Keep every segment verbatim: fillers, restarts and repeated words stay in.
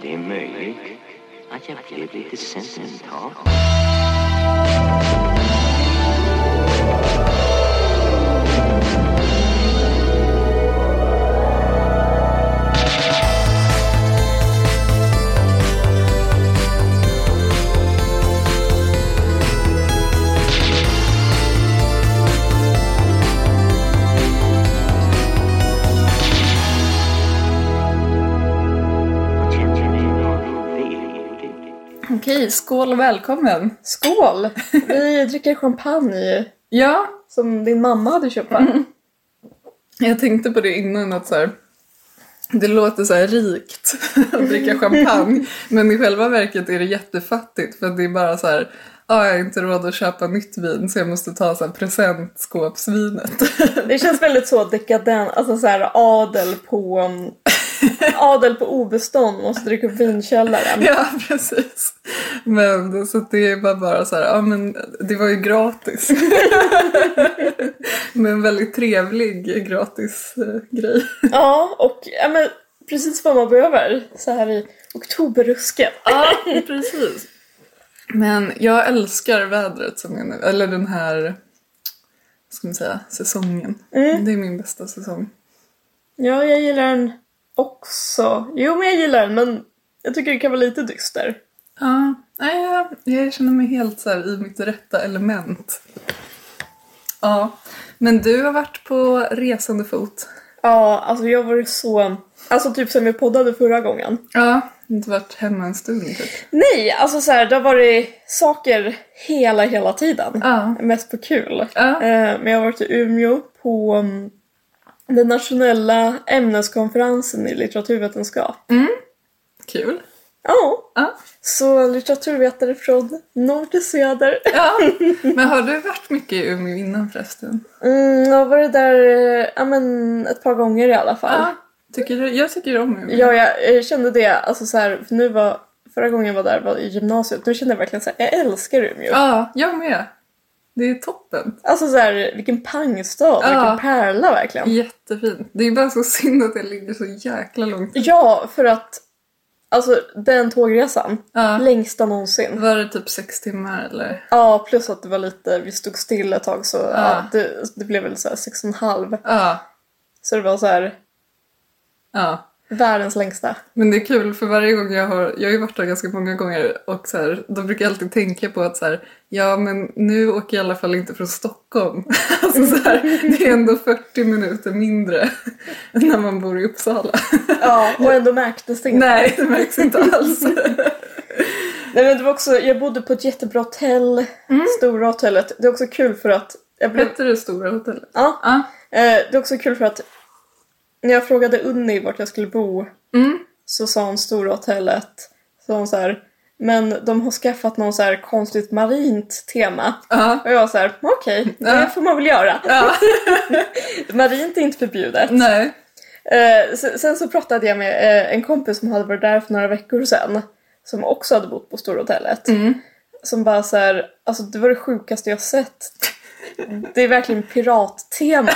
Det är möjligt att jag blev lite sentimental. Okej, skål och välkommen. Skål! Vi dricker champagne. Ja. Som din mamma hade köpt. Mm. Jag tänkte på det innan att så här, det låter så här rikt att dricka champagne. Men i själva verket är det jättefattigt. För det är bara så här, ah, jag har inte råd att köpa nytt vin så jag måste ta så här presentskåpsvinet. Det känns väldigt så dekadent. Alltså så här adel på... Um... Adel på obestånd måste dricka upp vinkällaren. Ja, precis. Men så det är bara, bara så här, ja men det var ju gratis. Men en väldigt trevlig gratis eh, grej. Ja, och ja, men, precis vad man behöver så här i oktoberrusken. Ja, precis. Men jag älskar vädret som jag nu, eller den här, ska man säga, säsongen. Mm. Det är min bästa säsong. Ja, jag gillar den också. Jo, men jag gillar den, men jag tycker det kan vara lite dyster. Ja, nej, jag, jag känner mig helt så här i mitt rätta element. Ja, men du har varit på resande fot. Ja, alltså jag var så... Alltså typ som vi poddade förra gången. Ja, inte varit hemma en stund typ. Nej, alltså så här, det har varit saker hela, hela tiden. Ja. Mest på kul. Ja. Eh, men jag har varit i Umeå på um, den nationella ämneskonferensen i litteraturvetenskap. Mm. Kul. Ja. Ja. Så litteraturvetare från norr till söder. Ja, men har du varit mycket i Umeå innan förresten? Mm, jag har varit där ja, men, ett par gånger i alla fall. Ja, tycker du, jag tycker om Umeå. Ja, jag, jag kände det. Alltså så här, för nu var, förra gången jag var där var i gymnasiet. Nu kände jag verkligen så här, jag älskar Umeå. Ja, jag med. Det är toppen. Alltså så här, vilken pangstad, ja. Vilken pärla verkligen. Jättefint. Det är bara så synd att det ligger så jäkla långt. Ja, för att alltså den tågresan, ja. längsta någonsin. Var det typ sex timmar eller? Ja, plus att det var lite, vi stod still ett tag så ja. Ja, det, det blev väl så här sex och en halv. Ja. Så det var så här ja. världens längsta. Men det är kul för varje gång jag har, jag har ju varit där ganska många gånger och så här, då brukar jag alltid tänka på att så här, ja men nu åker jag i alla fall inte från Stockholm. Alltså så här, det är ändå fyrtio minuter mindre när man bor i Uppsala. Ja, och ändå märktes det inte. Nej, det märks inte alls. Nej, men det var också, jag bodde på ett jättebra hotell, mm. Stora hotellet. Det är också kul för att jag blev... Hette det Stora hotellet? Ja, ja. Det är också kul för att när jag frågade Unni vart jag skulle bo, mm. så sa hon Stora hotellet, så hon så här, men de har skaffat någon så här konstigt marint tema. Uh-huh. Och jag var så här, okej, okay, det uh-huh. får man väl göra. Uh-huh. Marint är inte förbjudet. Nej. Eh, sen så pratade jag med eh, en kompis som hade varit där för några veckor sedan, som också hade bott på Stora hotellet. Mm. Som bara så här, alltså det var det sjukaste jag sett. Det är verkligen pirattema.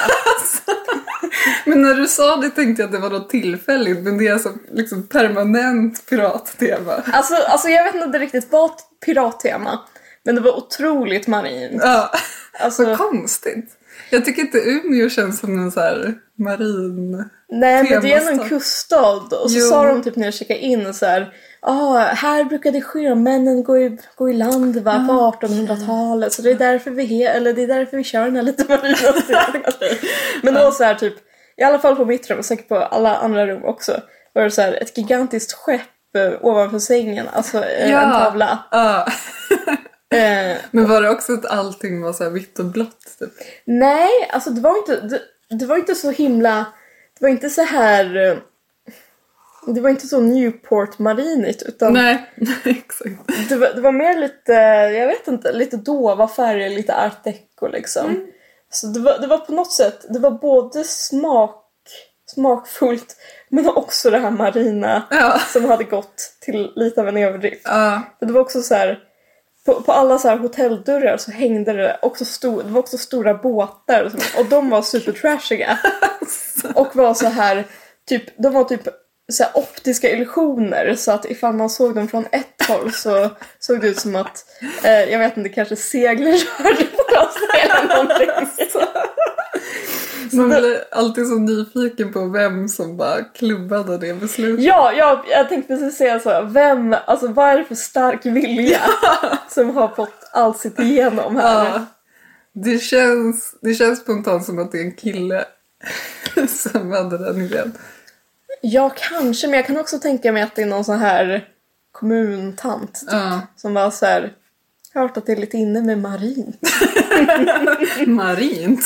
Men när du sa det tänkte jag att det var något tillfälligt. Men det är alltså liksom permanent pirattema. Alltså, alltså jag vet inte om det riktigt var ett pirattema. Men det var otroligt marint. Ja, alltså, vad konstigt. Jag tycker inte Umeå känns som en så här marin. Nej, men det är en kuststad. Och så jo. Sa de typ när jag checkade in så här, ah, här brukade sjömännen gå i, gå i land va, på artonhundratalet. Så det är därför vi he- eller det är därför vi kör den här lite marina. Men då så här typ, i alla fall på mitt rum och säkert på alla andra rum också, var det så här ett gigantiskt skepp eh, ovanför sängen, alltså eh, ja. en tavla. Ja. eh. Men var det också att allting var så här vitt och blått typ? Nej, alltså det var inte det, det var inte så himla, det var inte så här, det var inte så Newport-marinigt utan nej, exakt. Det var, det var mer lite, jag vet inte, lite dova färger, lite art deco liksom. Mm. Så det var, det var på något sätt, det var både smak, smakfullt men också det här marina ja. Som hade gått till lite av en överdrift. Ja. Det var också så här, på, på alla så här hotelldörrar så hängde det också, stor, det var också stora båtar och, så, och de var super trashiga. Och var så här, typ, de var typ så här optiska illusioner, så att ifall man såg dem från ett håll så såg det ut som att eh, jag vet inte, kanske seglar rörde på sig eller någonting. Man blir alltid så nyfiken på vem som bara klubbade det beslutet. Ja, ja, jag tänkte precis säga så. Vem, alltså vad är det för stark vilja som har fått allt sitt igenom här? Ja, det känns, det känns spontant som att det är en kille som hade den idén. Ja, kanske, men jag kan också tänka mig att det är någon sån här kommuntant typ, Ja. som var så här, jag har hört att det är lite inne med marint. Marint.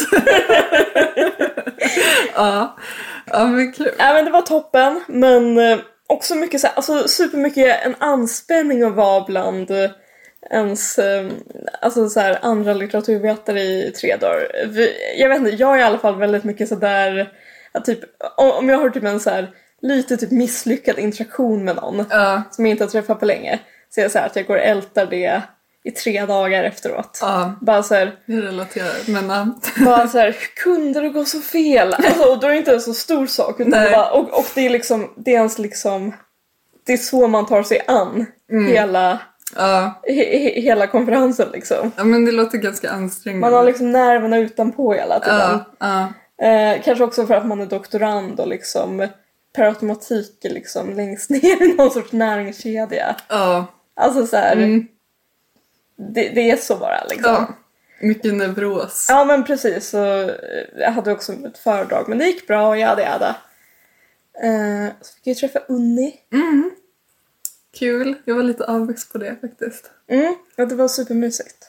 Ja. Ja, men kul. Ja, men det var toppen, men eh, också mycket så här, alltså supermycket en anspänning att vara bland eh, ens eh, alltså så här, andra litteraturvetare i tre dagar. Vi- Jag vet inte, jag är i alla fall väldigt mycket så där att typ, om, om jag har typ en så här lite typ misslyckad interaktion med någon Ja. som jag inte har träffat på länge, så är det så här att jag går och ältar det i tre dagar efteråt. Ja, Bara så här, jag relaterar. Men ja. bara så här, hur kunde det gå så fel? Alltså, och då är det inte en så stor sak, utan Nej. det bara, och, och det är liksom, det är ens liksom, det är så man tar sig an hela, Ja. he, he, hela konferensen liksom. Ja, men det låter ganska ansträngande. Man har liksom nerverna utanpå hela tiden. Ja, ja. Eh, kanske också för att man är doktorand och liksom per automatik är liksom längst ner i någon sorts näringskedja. Ja. Alltså så här, Mm. det, det är så bara liksom. Ja. Mycket neuros. Ja, men precis. Så jag hade också ett föredrag, men det gick bra och jada jada. Eh, så fick jag träffa Unni. Mm. Kul. Jag var lite avväxt på det faktiskt. Mm, och det var supermysigt.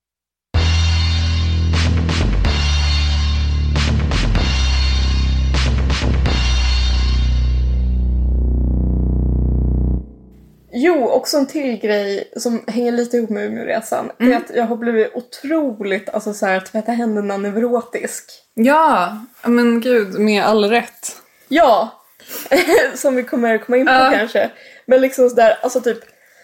Jo, också en till grej som hänger lite ihop med Umeåresan. Mm. är att jag har blivit otroligt, alltså så här, tvätta händerna neurotisk. Ja, men gud, med all rätt. Ja, som vi kommer komma in på Ja. kanske. Men liksom sådär, alltså typ...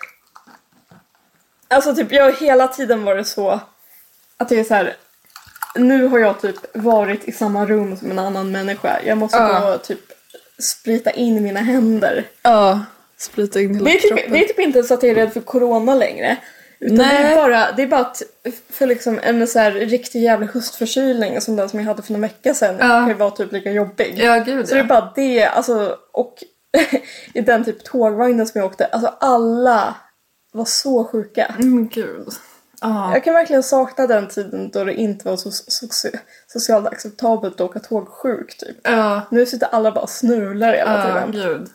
Alltså typ, jag har hela tiden varit så att jag är så här. Nu har jag typ varit i samma rum som en annan människa. Jag måste Ja. gå och typ sprita in mina händer. Ja, sprita in hela Det är, typ, kroppen. det är typ inte så att jag är rädd för corona längre. Utan Nej. det är bara, det är bara att för liksom en så här riktig jävla höstförkylning som den som jag hade för några vecka sedan Ja. kan ju vara typ lika jobbig. Ja, gud Så det är ja. bara det, alltså, och i den typ tågvagnen som jag åkte, alltså alla var så sjuka. Men gud. Ja. Jag kan verkligen sakna den tiden då det inte var så so- socialt acceptabelt att åka tåg sjuk typ. Ja. Nu sitter alla bara och snurlar hela Ja, tiden. gud.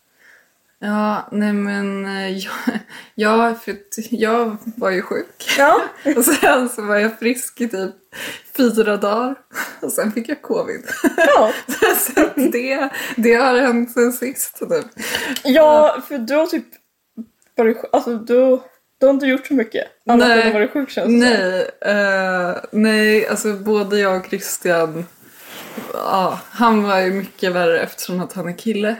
Ja, nej men eh, jag, jag, för att jag var ju sjuk. Ja. Och sen så var jag frisk i typ fyra dagar. Och sen fick jag covid. Ja. Så att det, det har hänt sen sist typ. Ja, för du har typ varit, alltså du, du har inte gjort så mycket annat Nej. än att vara sjuk, känns det som. Nej, eh, nej, alltså både jag och Christian, ja, han var ju mycket värre eftersom att han är kille.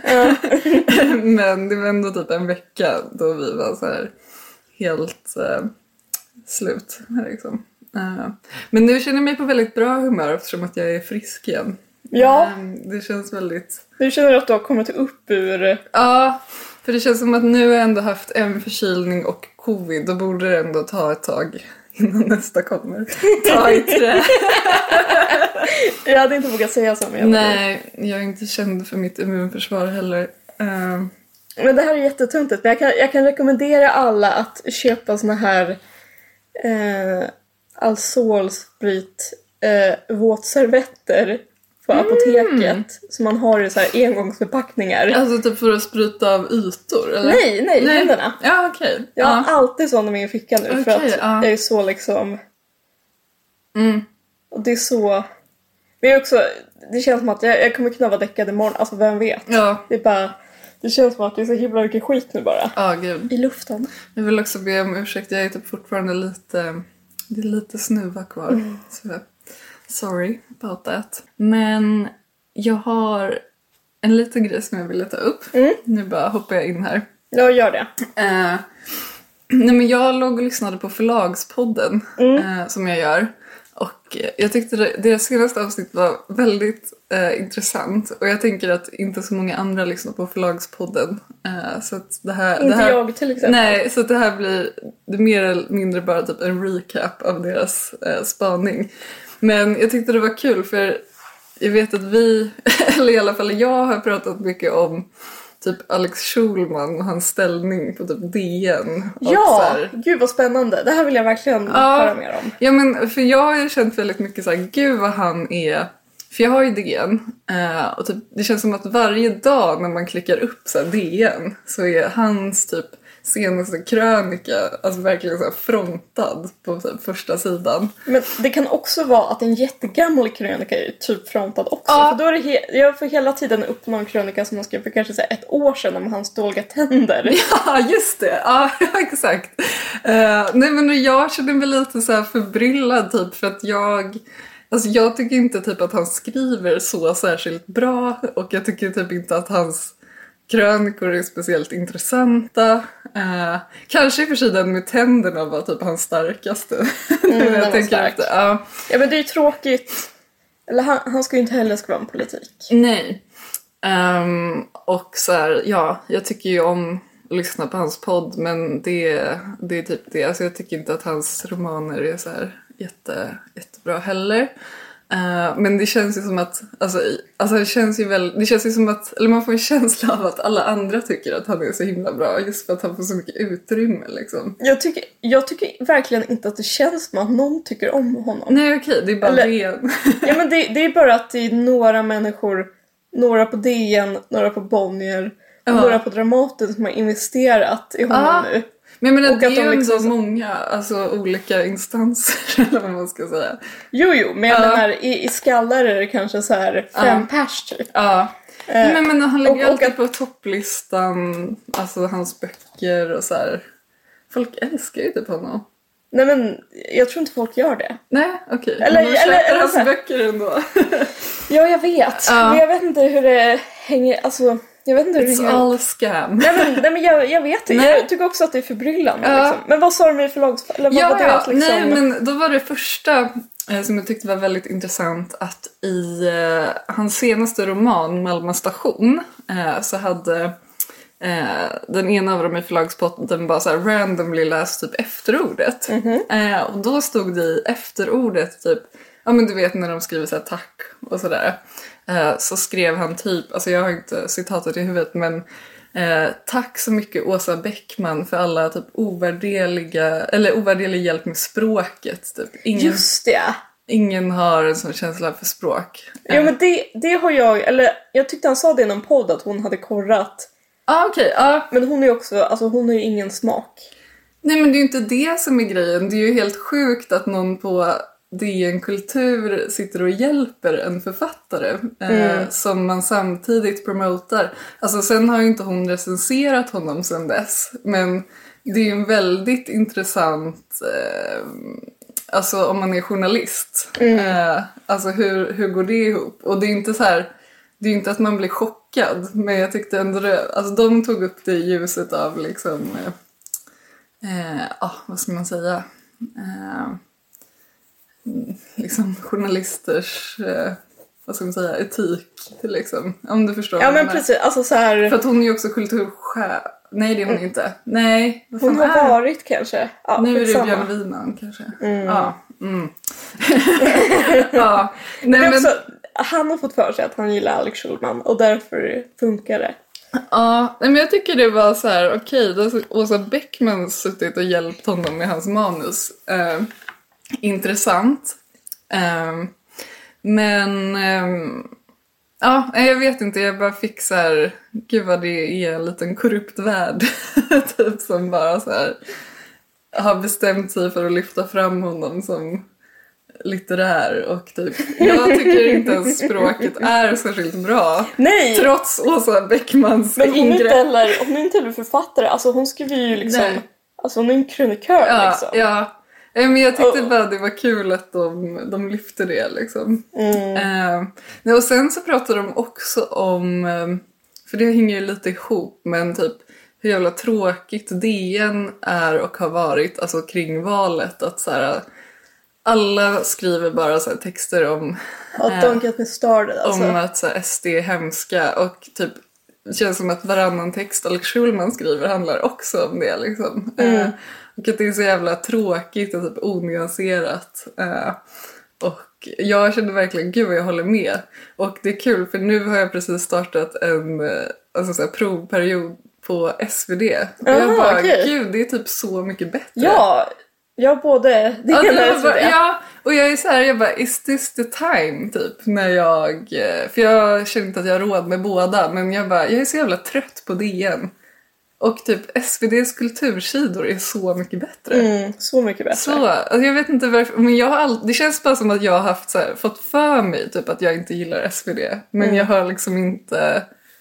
Men det var ändå typ en vecka då vi var så här helt eh, slut. Liksom. Eh, men nu känner jag mig på väldigt bra humör eftersom att jag är frisk igen. Ja, Eh, det känns väldigt... du känner att du har kommit upp ur... Ja, för det känns som att nu har jag ändå haft en förkylning och covid. Då borde det ändå ta ett tag innan nästa kommer. Ta i trä. Jag hade inte vågat säga så, men jag Nej, jag är inte känd för mitt immunförsvar heller. Uh, Men det här är jättetöntigt, men jag kan, jag kan rekommendera alla att köpa såna här eh, Alzol-sprit eh, våtservetter på apoteket som man har i så här engångsförpackningar. alltså typ för att spruta av ytor, eller? Nej, nej, händerna. Ja, okej. Jag har Ja. alltid sån i min ficka nu för Okej, att ja. jag är så liksom... Mm. Och det är så... Men jag också, det känns som att jag, jag kommer kunna vara däckad imorgon, alltså vem vet? Ja, Det är bara... Det känns som att det är så himla mycket skit nu bara. ja gud. I luften. Jag vill också be om ursäkt, jag är typ fortfarande lite... Det är lite snuva kvar. Mm. Så, sorry about that. Men jag har en liten grej som jag ville ta upp. Mm. Nu bara hoppar jag in här. Jag gör det. Eh, nej men jag låg och lyssnade på Förlagspodden Mm. eh, som jag gör. Och jag tyckte det, deras senaste avsnitt var väldigt eh, intressant. Och jag tänker att inte så många andra lyssnar på Förlagspodden. Eh, så att det här, inte det här, jag till exempel. Nej, så att det här blir det mer eller mindre bara typ en recap av deras eh, spaning. Men jag tyckte det var kul för jag vet att vi, eller i alla fall jag har pratat mycket om typ Alex Schulman och hans ställning på typ D N. Ja, här, gud vad spännande. Det här vill jag verkligen ja, höra mer om. Ja, men för jag har ju känt väldigt mycket så här, gud vad han är. För jag har ju D N. Eh, och typ, det känns som att varje dag när man klickar upp så här, D N så är hans typ senaste krönika alltså verkligen så här frontad på så här, första sidan. Men det kan också vara att en jättegammal krönika är typ frontad också. Ja. För då är det he- jag får hela tiden upp någon krönika som man skrev för kanske så här, ett år sedan om hans dåliga tänder. Ja, just det. Ja, exakt. Uh, nej, men jag känner mig lite så här förbryllad typ för att jag... Alltså jag tycker inte typ att han skriver så särskilt bra och jag tycker typ inte att hans krönikor är speciellt intressanta. Uh, kanske i och för sig den med tänderna var typ hans starkaste. Mm, jag tänker stark. efter. Uh. Ja, men det är ju tråkigt. Eller han, han ska ju inte heller skriva om politik. Nej. Um, och så här, ja, jag tycker ju om att lyssna på hans podd, men det, det är typ det. Alltså jag tycker inte att hans romaner är så här jätte, jättebra heller. Uh, men det känns ju som att alltså, alltså det känns ju väl det känns ju som att eller man får en känsla av att alla andra tycker att han är så himla bra just för att han får så mycket utrymme liksom. Jag tycker jag tycker verkligen inte att det känns som att någon tycker om honom. Nej, okej, det är bara eller, det. Ja, men det, det är bara att det är några människor, några på D N, några på Bonnier och uh. några på Dramaten som har investerat i honom uh. nu. Men jag menar, och det att är de ju liksom... ändå många alltså, olika instanser eller vad man ska säga. Jo, jo, men jag uh. menar, i, i skallar är det kanske så här fem uh. pers typ. Ja, uh. uh. men, men han lägger och, alltid och att... på topplistan, alltså hans böcker och så här. Folk älskar ju typ honom. Nej, men jag tror inte folk gör det. Nej, okej. Okay. Eller, men de eller, eller hans eller, böcker ändå. Ja, jag vet. Uh. Men jag vet inte hur det hänger, alltså... Jag vet inte hur It's det all scam. Nej, men, nej, men jag, jag vet inte. Jag tycker också att det är förbryllande. Ja. Liksom. Men vad sa du med förlags... Eller vad ja, var det, ja. liksom... Nej, men då var det första eh, som jag tyckte var väldigt intressant att i eh, hans senaste roman, Malmö station, eh, så hade eh, den ena av dem i förlagspotten bara så här randomly läst typ efterordet. Mm-hmm. Eh, och då stod det i efterordet typ, ja men du vet när de skriver så här tack och sådär. Uh, så skrev han typ, alltså jag har inte citatet i huvudet, men uh, tack så mycket Åsa Bäckman för alla typ ovärdeliga, eller ovärderlig hjälp med språket typ. Ingen, Just det. Ingen har en sån känsla för språk. Jo, uh. men det, det har jag, eller jag tyckte han sa det i någon podd att hon hade korrat. Ah, okej. Okay, uh. Men hon är ju också, alltså hon har ju ingen smak. Nej, men det är ju inte det som är grejen. Det är ju helt sjukt att någon på D N Kultur sitter och hjälper en författare mm. eh, som man samtidigt promotar. Alltså sen har ju inte hon recenserat honom sen dess, men det är ju en väldigt intressant eh, alltså om man är journalist mm. eh, alltså hur, hur går det ihop? Och det är inte så här, det är inte att man blir chockad, men jag tyckte ändå det, alltså de tog upp det i ljuset av liksom eh, eh, ah, vad ska man säga eh, liksom journalisters eh, vad ska man säga, etik liksom, om du förstår. Ja, men precis, alltså så här... För att hon är ju också kulturchef. Nej, det är hon mm. inte. Nej, vad hon har är? varit kanske. Ja, nu är det samma. Björn Wiman kanske. Mm. Ja. Mm. Ja. Nej, Nej, men också, han har fått för sig att han gillar Alex Schulman och därför funkar det. Ja, men jag tycker det var så här, okej, okay, då har Åsa Bäckman suttit och hjälpt honom med hans manus. Uh, intressant. Uh, men uh, ja, jag vet inte, jag bara fick så här, gud vad det är en liten korrupt värld typ som bara så här har bestämt sig för att lyfta fram honom som litterär och typ, jag tycker inte ens språket är särskilt bra. Nej. Trots Åsa Bäckmans men hon ingrepp. är inte heller, hon är inte heller författare, alltså hon skriver ju liksom, nej. Alltså hon är en krönikör ja, liksom. Ja, men jag tyckte oh. bara det var kul att de, de lyfte det liksom. Mm. Uh, och sen så pratade de också om, um, för det hänger ju lite ihop, men typ hur jävla tråkigt D N är och har varit, alltså kring valet, att så här, alla skriver bara så här texter om... Och eh, don't get me started alltså. Om att så här, S D är hemska och typ det känns som att varannan text Alex Schulman skriver handlar också om det liksom. Mm. Eh, och att det är så jävla tråkigt och typ onyanserat. Eh, och jag kände verkligen, gud vad jag håller med. Och det är kul för nu har jag precis startat en eh, alltså, så här, provperiod på S V D. Och Aha, jag bara, okej. gud det är typ så mycket bättre. Ja, jag både det Ja, ena det och var bara, det. ja, och jag är så här, jag bara, is this the time typ när jag, för jag känner inte att jag har råd med båda, men jag bara, jag är så jävla trött på D N. Och typ S V D:s kultursidor är så mycket bättre. Mm, så mycket bättre. Så, alltså jag vet inte varför, men jag har all, det känns bara som att jag har haft så här, fått för mig typ att jag inte gillar S V D. Men Mm. jag har liksom inte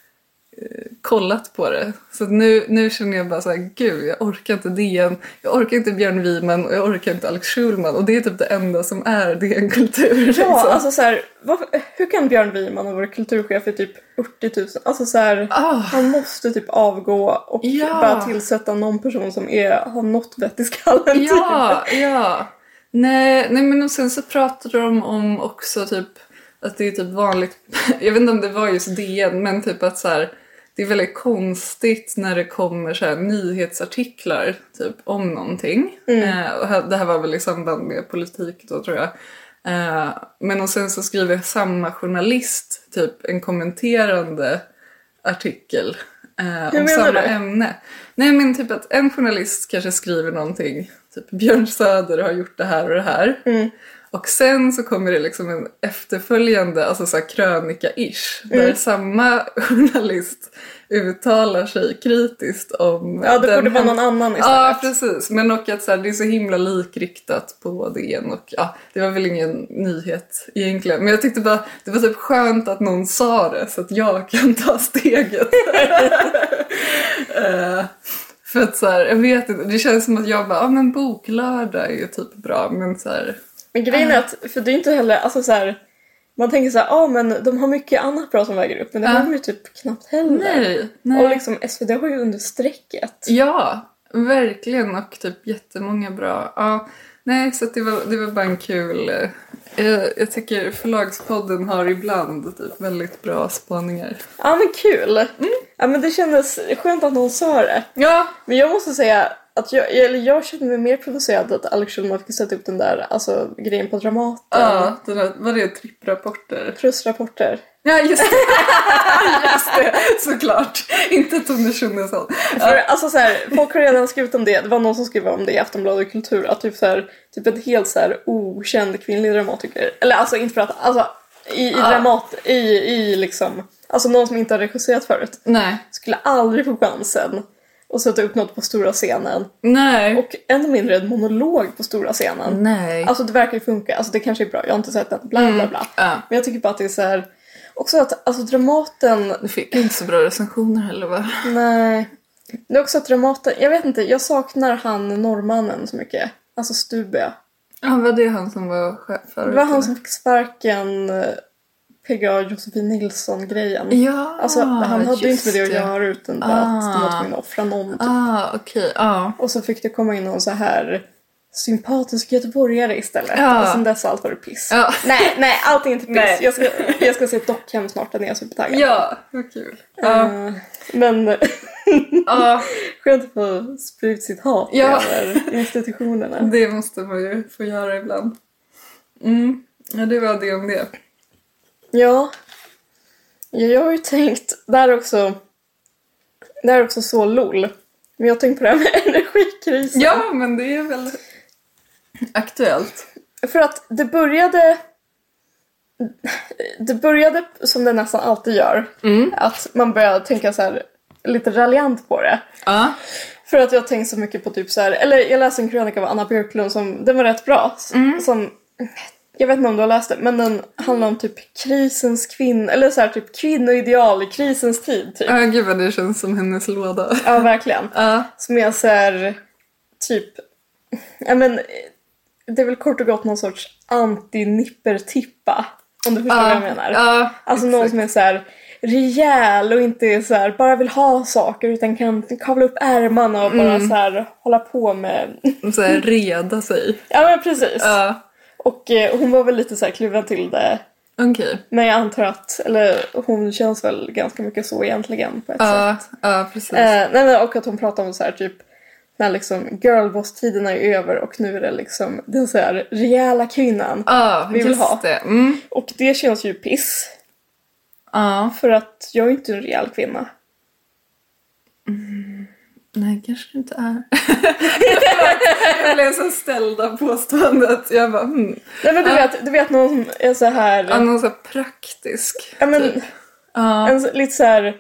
eh, kollat på det. Så nu, nu känner jag bara så här, gud jag orkar inte D N, jag orkar inte Björn Wiman och jag orkar inte Alex Schulman. Och det är typ det enda som är D N-kultur. Liksom. Ja, alltså så här, varför, hur kan Björn Wiman ha varit kulturchef i typ fyrtio tusen? Alltså så här, Ah. han måste typ avgå och Ja. bara tillsätta någon person som är, har något vett i skallen. Ja, ja. Nej, nej men och sen så pratade de om också typ att det är typ vanligt, jag vet inte om det var just D N, men typ att så här, det är väldigt konstigt när det kommer så här nyhetsartiklar typ om någonting. Eh, och här- det här var väl i samband med politik då tror jag. Eh, men och sen så skriver samma journalist typ en kommenterande artikel eh, Hur om menar samma du? ämne. Nej men typ att en journalist kanske skriver någonting, typ Björn Söder har gjort det här och det här. Mm. Och sen så kommer det liksom en efterföljande, alltså så här krönika-ish, där Mm. samma journalist uttalar sig kritiskt om... Ja, det den borde vara hem- någon annan istället. Ja, precis. Men och att så här, det är så himla likriktat på D N och ja, det var väl ingen nyhet egentligen. Men jag tyckte bara, det var typ skönt att någon sa det så att jag kan ta steget. Eh, för att så här, jag vet inte, det känns som att jag bara, ja men boklördag är ju typ bra, men så här... Men grejen är att, för det är inte heller, alltså så här, man tänker så här, ja ah, men de har mycket annat bra som väger upp, men det Ja. har de ju typ knappt heller. Nej, nej. Och liksom S V D har ju under strecket. Ja, verkligen och typ jättemånga bra. Ja, nej, så att det var, det var bara en kul... eh, Jag, jag tycker Förlagspodden har ibland typ väldigt bra spaningar. Ja men kul. Mm. Ja men det kändes skönt att någon sa det. Ja, Men jag måste säga att jag, eller jag kände mig mer provocerad att Alex Schulman fick sätta upp den där alltså, grejen på Dramaten. ja den här, var det tripprapporter? Plusrapporter. Ja, just det. Just det, såklart. Inte Tone Schunnesson. För, alltså så här, folk har redan skrivit om det. Det var någon som skrev om det i Aftonbladet Kultur. Att typ, så här, typ en helt så här, okänd kvinnlig dramatiker. Eller alltså inte för att... Alltså, i, i Ja. dramat... I, i liksom... Alltså någon som inte har regisserat förut. Nej. Skulle aldrig få chansen att sätta upp något på stora scenen. Nej. Och ännu mindre en monolog på stora scenen. Nej. Alltså det verkar ju funka. Alltså det kanske är bra. Jag har inte sett den. Bla bla bla. Ja. Men jag tycker bara att det är så här... Också att alltså Dramaten... Det fick inte så bra recensioner heller, va? Nej. Det är också att Dramaten... Jag vet inte, jag saknar han norrmannen så mycket. Alltså Stube. Ja, var det han som var chef förut? Det var han eller? som fick sparken eh, P G A Josefin Nilsson-grejen. Ja, Alltså han hade ju inte med det att just göra utan bara Ah. att de var tvungna att offra någon. Typ. Ah, okej. Ja. Och så fick det komma in någon så här sympatisk göteborgare istället. Ja. Och sen dess allt var det piss. Ja. Nej, nej, allting är inte piss. Nej. Jag ska, jag ska se Dockhem snart, den är jag supertaggad. Ja, vad kul. Ja. Eh, men Ja, skönt att få sprida sitt hat Ja. över institutionerna. det måste man ju få göra ibland. Mm. Ja, det var det om det. Ja. ja, jag har ju tänkt, det här är också, det här är också så lol. Men jag har tänkt på det här med energikrisen. Ja, men det är väl aktuellt. För att det började, det började som det nästan alltid gör. Mm. Att man började tänka så här lite raljant på det. Ja. För att jag har tänkt så mycket på typ så här, eller jag läste en krönika av Anna Björklund som, den var rätt bra. Mm. Som, jag vet inte om du har läst det, men den handlar om typ krisens kvinn, eller så här typ kvinnoideal i krisens tid typ. Ja, gud vad det känns som hennes låda. Ja, verkligen. Ja. Som är så här, typ, ja men, det är väl kort och gott någon sorts anti-nippertippa. Om du förstår vad jag menar. Ja, Alltså någon som är så här rejäl och inte är så här, bara vill ha saker utan kan kavla upp ärmarna och bara Mm. så här hålla på med. så här, reda sig. Ja men precis. Ja. Och eh, hon var väl lite så här kluven till det. Okej. Okay. Men jag antar att, eller hon känns väl ganska mycket så egentligen på ett ja, sätt. Ja, precis. Eh, nej, och att hon pratar om så här typ när liksom girlboss-tiderna är över och nu är det liksom den så här rejäla kvinnan ja, vi vill ha. Det. Mm. Och det känns ju piss. Ja. För att jag är inte en rejäl kvinna. Mm. Nej, kanske det inte är. Jag blev så ställd av påståendet. Jag bara, hmm. Nej, men du vet, du vet någon som är så här... Ja, någon så här praktisk. Ja, men... Typ. Ja. En lite så här...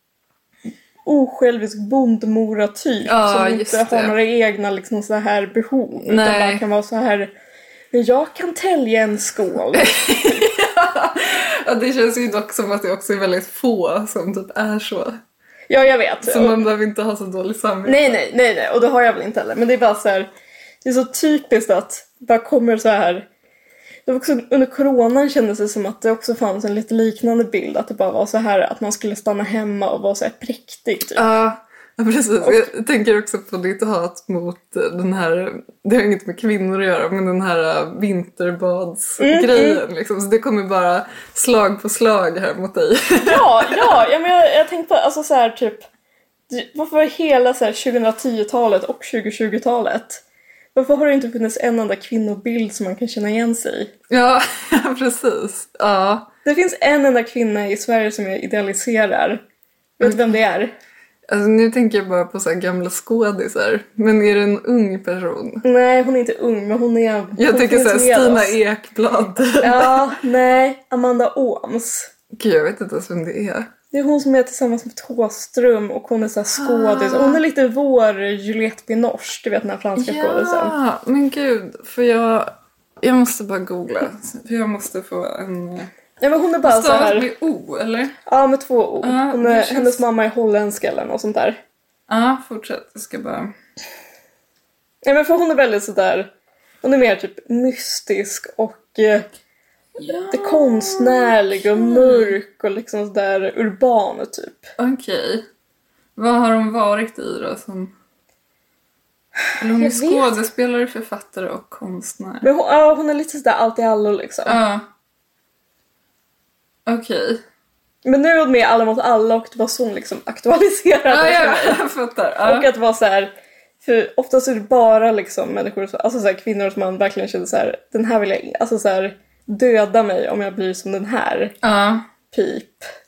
osjälvisk bondmora-typ. Ja, som inte det. har några egna liksom så här behov. Nej. Utan bara kan vara så här... Men jag kan tälja en skål. Ja, det känns ju dock som att det också är väldigt få som typ är så. Ja, jag vet. Så man behöver inte ha så dålig samvete. Nej, nej, nej, nej. Och det har jag väl inte heller. Men det är bara så här... Det är så typiskt att det bara kommer så här... Det var också, under coronan kändes det som att det också fanns en lite liknande bild. Att det bara var så här att man skulle stanna hemma och vara så här präktig. Typ. Ja, ja, precis. Och, jag tänker också på ditt hat mot den här... Det har inget med kvinnor att göra, men den här vinterbadsgrejen. Mm, mm. Liksom. Så det kommer bara slag på slag här mot dig. Ja, ja, ja men jag, jag tänkte på alltså så här typ... Varför hela så här tjugohundratio-talet och tjugohundratjugo-talet? Varför har det inte funnits en enda kvinnobild som man kan känna igen sig i? Ja, precis. Ja. Det finns en enda kvinna i Sverige som jag idealiserar. Vet du vem det är? Alltså, nu tänker jag bara på så här gamla skådisar. Men är det en ung person? Nej, hon är inte ung, men hon är... Jag hon tänker så här, Stina oss. Ekblad. Ja, nej. Amanda Ooms. Gud, jag vet inte ens vem det är. Det är hon som är tillsammans med Thåström och hon är så här skådis. Ah. Hon är lite vår Juliette Binoche, du vet den här franska ja, skådisen. Ja, men gud. För jag... Jag måste bara googla. För jag måste få en... Ja, men hon är bara så här... med O, eller? Ja, med två O. Ah, hon är, känns... Hennes mamma är holländska eller något sånt där. Ja, fortsätt. Jag ska bara... Ja, men för hon är väldigt sådär... Hon är mer typ mystisk och... Eh, ja, det konstnärlig och mörk och liksom sådär urban typ. Okej. Okay. Vad har hon varit i då som... Eller hon är skådespelare, författare och konstnär. Men hon, ja, hon är lite sådär allt i allo liksom. Ja. Okej. Okay. Men nu är hon med Alla mot alla och det var så hon liksom aktualiserade. Ja, ja, jag fattar. Ja. Och att det var så här, för oftast är det bara liksom människor, alltså så här, kvinnor som man verkligen känner så här, den här vill jag, alltså så här, döda mig om jag blir som den här. Ja. Pip.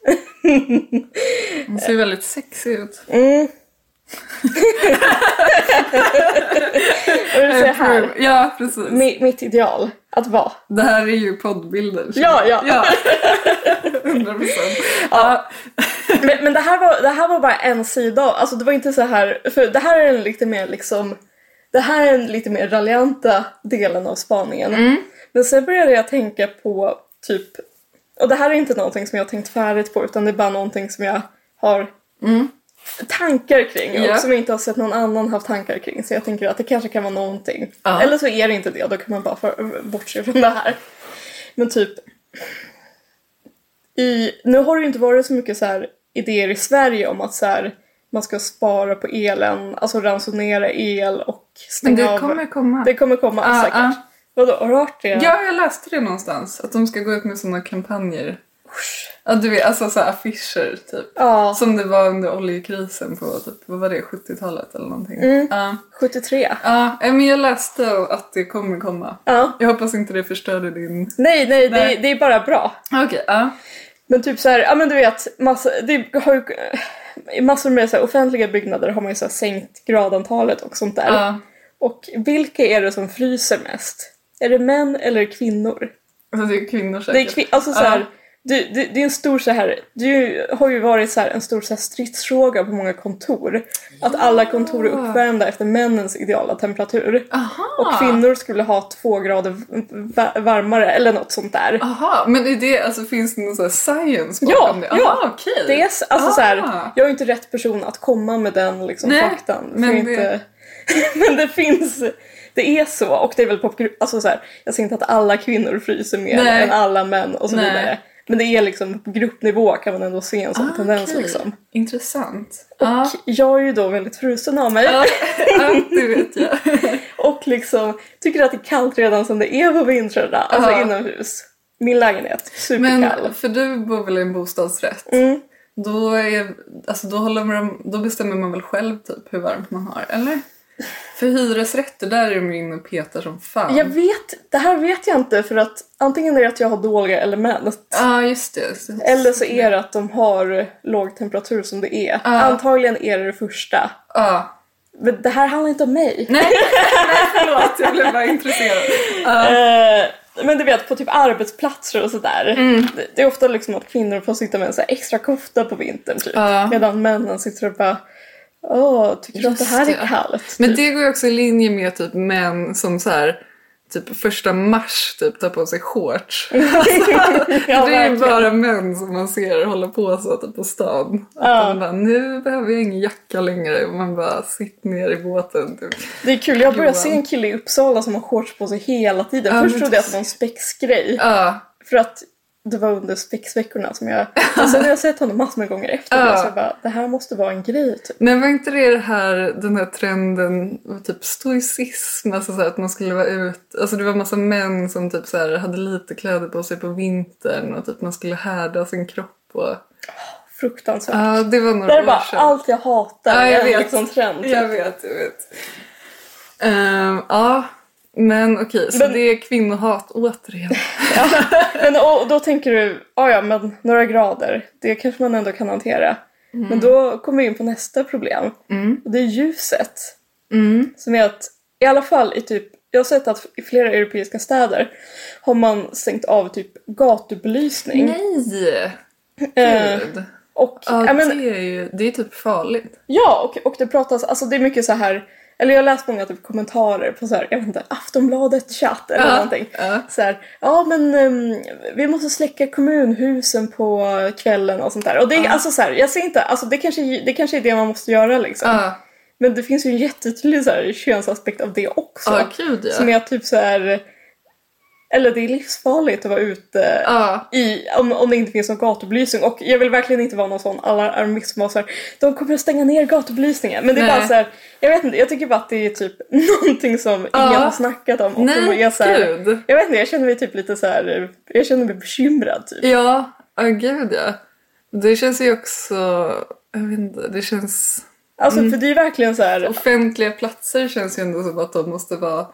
Hon ser väldigt sexig ut. Mm. Och du ser här. Ja, precis. Mitt, mitt ideal att vara. Det här är ju poddbilder. Ja, ja. Ja. hundra procent. Ja. Men, men det, här var, det här var bara en sida. Alltså det var inte så här. För det här är en lite mer liksom. Det här är en lite mer raljanta delen av spaningen. Mm. Men sen började jag tänka på typ. Och det här är inte någonting som jag har tänkt färdigt på. Utan det är bara någonting som jag har mm. tankar kring. Yeah. Och som jag inte har sett någon annan ha tankar kring. Så jag tänker att det kanske kan vara någonting. Ja. Eller så är det inte det. Då kan man bara för, bortse från det här. Men typ. I, nu har det ju inte varit så mycket så här idéer i Sverige om att så här, man ska spara på elen. Alltså ransonera el och stänga Men det av. kommer komma. Det kommer komma ah, säkert. Ah. Vadå, har du hört det? Ja, jag läste det någonstans. Att de ska gå ut med sådana kampanjer. Ja, du vet, alltså så här affischer typ. Ja. Som det var under oljekrisen på typ, vad var det, sjuttiotalet eller någonting. Mm. Ja. sjuttiotre. Ja, men jag läste att det kommer komma. Ja. Jag hoppas inte det förstörde din... Nej, nej, nej. Det, det är bara bra. Okej, okay, ja. Men typ så här, ja men du vet, massa, det har ju, i massor med så här, offentliga byggnader har man ju så här sänkt gradantalet och sånt där. Ja. Och vilka är det som fryser mest? Är det män eller kvinnor? Alltså det är kvinnor säkert. Det är kvin- alltså så här, ja. du, det, det är en stor så här, det har ju varit så här en stor så här stridsfråga på många kontor. Ja. Att alla kontor är uppvärmda efter männens ideala temperatur. Aha. Och kvinnor skulle ha två grader varmare eller något sånt där. Jaha, men är det, alltså, finns det någon sån här science bakom det? Ja, ja. Aha, okay. Det är alltså så här, jag är inte rätt person att komma med den liksom Nej, faktan. Men det... Inte, men det finns, det är så. Och det är väl på, alltså så här, jag säger inte att alla kvinnor fryser mer Nej. än alla män och så Nej. vidare. Men det är liksom på gruppnivå kan man ändå se en sån ah, tendens okay. liksom. Intressant. Och ah. jag är ju då väldigt frusen av mig. Ja, ah, det vet jag. och liksom tycker att det är kallt redan som det är på vintrarna. Alltså Ja. inomhus. Min lägenhet, superkall. Men för du bor väl i en bostadsrätt? Mm. Då, är, alltså då, håller man, då bestämmer man väl själv typ hur varmt man har, eller? För hyresrätter, där är de inne och petar som fan. Jag vet, det här vet jag inte för att antingen är det att jag har dåliga element. Ja, ah, just det. Eller så är det att de har låg temperatur som det är. Ah. Antagligen är det det första. Ja. Ah. Men det här handlar inte om mig. Nej, nej, förlåt. Jag blev bara intresserad. Ah. Uh. Men du vet, på typ arbetsplatser och sådär. Mm. Det är ofta liksom att kvinnor får sitta med en så här extra kofta på vintern typ. Uh. Medan männen sitter och bara, åh, tycker du att det här är kallt? Typ. Men det går ju också i linje med typ män som så här, typ första mars typ tar på sig shorts. Alltså, ja, det är ju bara män som man ser hålla på så typ på stan. Att ja. man bara, nu behöver jag ingen jacka längre. Och man bara sitter ner i båten. Typ. Det är kul, jag började se en kille i Uppsala som har shorts på sig hela tiden. Ja, Först trodde jag att det var en spexgrej. Ja. För att det var under spexveckorna som jag... Och sen har jag sett honom massor med gånger efter det. Ja. Så jag bara, det här måste vara en grej typ. Men var inte det, det här, den här trenden, typ stoicism, alltså så här, att man skulle vara ut, alltså det var massa män som typ så här, hade lite kläder på sig på vintern och typ man skulle härda sin kropp och... Fruktansvärt. Ja, det var några det är år bara sedan. allt jag hatar. Ja, jag är vet. Liksom trend. Typ. Jag vet, jag vet. Um, ja, men okej, så men, det är kvinnohat återigen. Ja, men och, då tänker du, ja ja, men några grader, det kanske man ändå kan hantera. Mm. Men då kommer vi in på nästa problem. Mm. Och det är ljuset. Mm. Som är att, i alla fall i typ, jag har sett att i flera europeiska städer har man stängt av typ gatubelysning. Nej! Eh, och, ja, ja, men, det är ju, det är typ farligt. Ja, och, och det pratas, alltså det är mycket så här, eller jag har läst många typ kommentarer på så här, jag vet inte, Aftonbladet chatt eller ja, någonting. Ja. Så här, ja men um, vi måste släcka kommunhusen på kvällen och sånt där. Och det är ja. alltså så här, jag ser inte, alltså det kanske, det kanske är det man måste göra liksom. Ja. Men det finns ju en jättetydlig så här könsaspekt av det också. Ja, gud, ja. Som är typ så här, eller det är livsfarligt att vara ute ja. i, om, om det inte finns någon gatubelysning. Och jag vill verkligen inte vara någon sån alarmist som var så här, de kommer att stänga ner gatubelysningen. Men det är Nej. bara så här, jag vet inte, jag tycker bara att det är typ någonting som ja. ingen har snackat om. Och Nej, är så här, gud. Jag vet inte, jag känner mig typ lite så här, jag känner mig bekymrad typ. Ja, oh, gud ja. Det känns ju också, jag vet inte, det känns... Alltså mm. för det är verkligen så här... Offentliga platser känns ju ändå som att de måste vara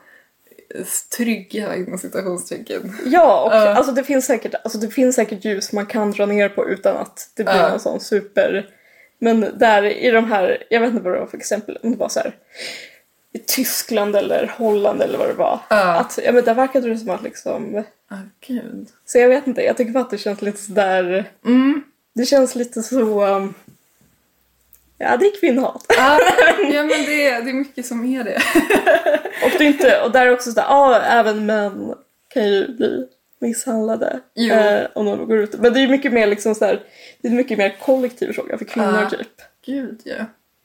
trygga inom citationstecken. Ja, och uh. alltså, det finns säkert, alltså det finns säkert ljus man kan dra ner på utan att det blir uh. någon sån super... Men där i de här, jag vet inte vad det var för exempel, om det var så här i Tyskland eller Holland eller vad det var. Uh. Att, ja men där verkade det som att liksom... Oh, gud. Så jag vet inte, jag tycker bara att det känns lite sådär... Mm. Det känns lite så... Um, ja, det är kvinnohat. Ja, ja men det är, det är mycket som är det. Och det är inte, och där är också sådär, ja, även män kan ju bli misshandlade eh, om de går ut. Men det är mycket mer liksom sådär, det är mycket mer kollektiv fråga för kvinnor uh, typ. Gud, ja.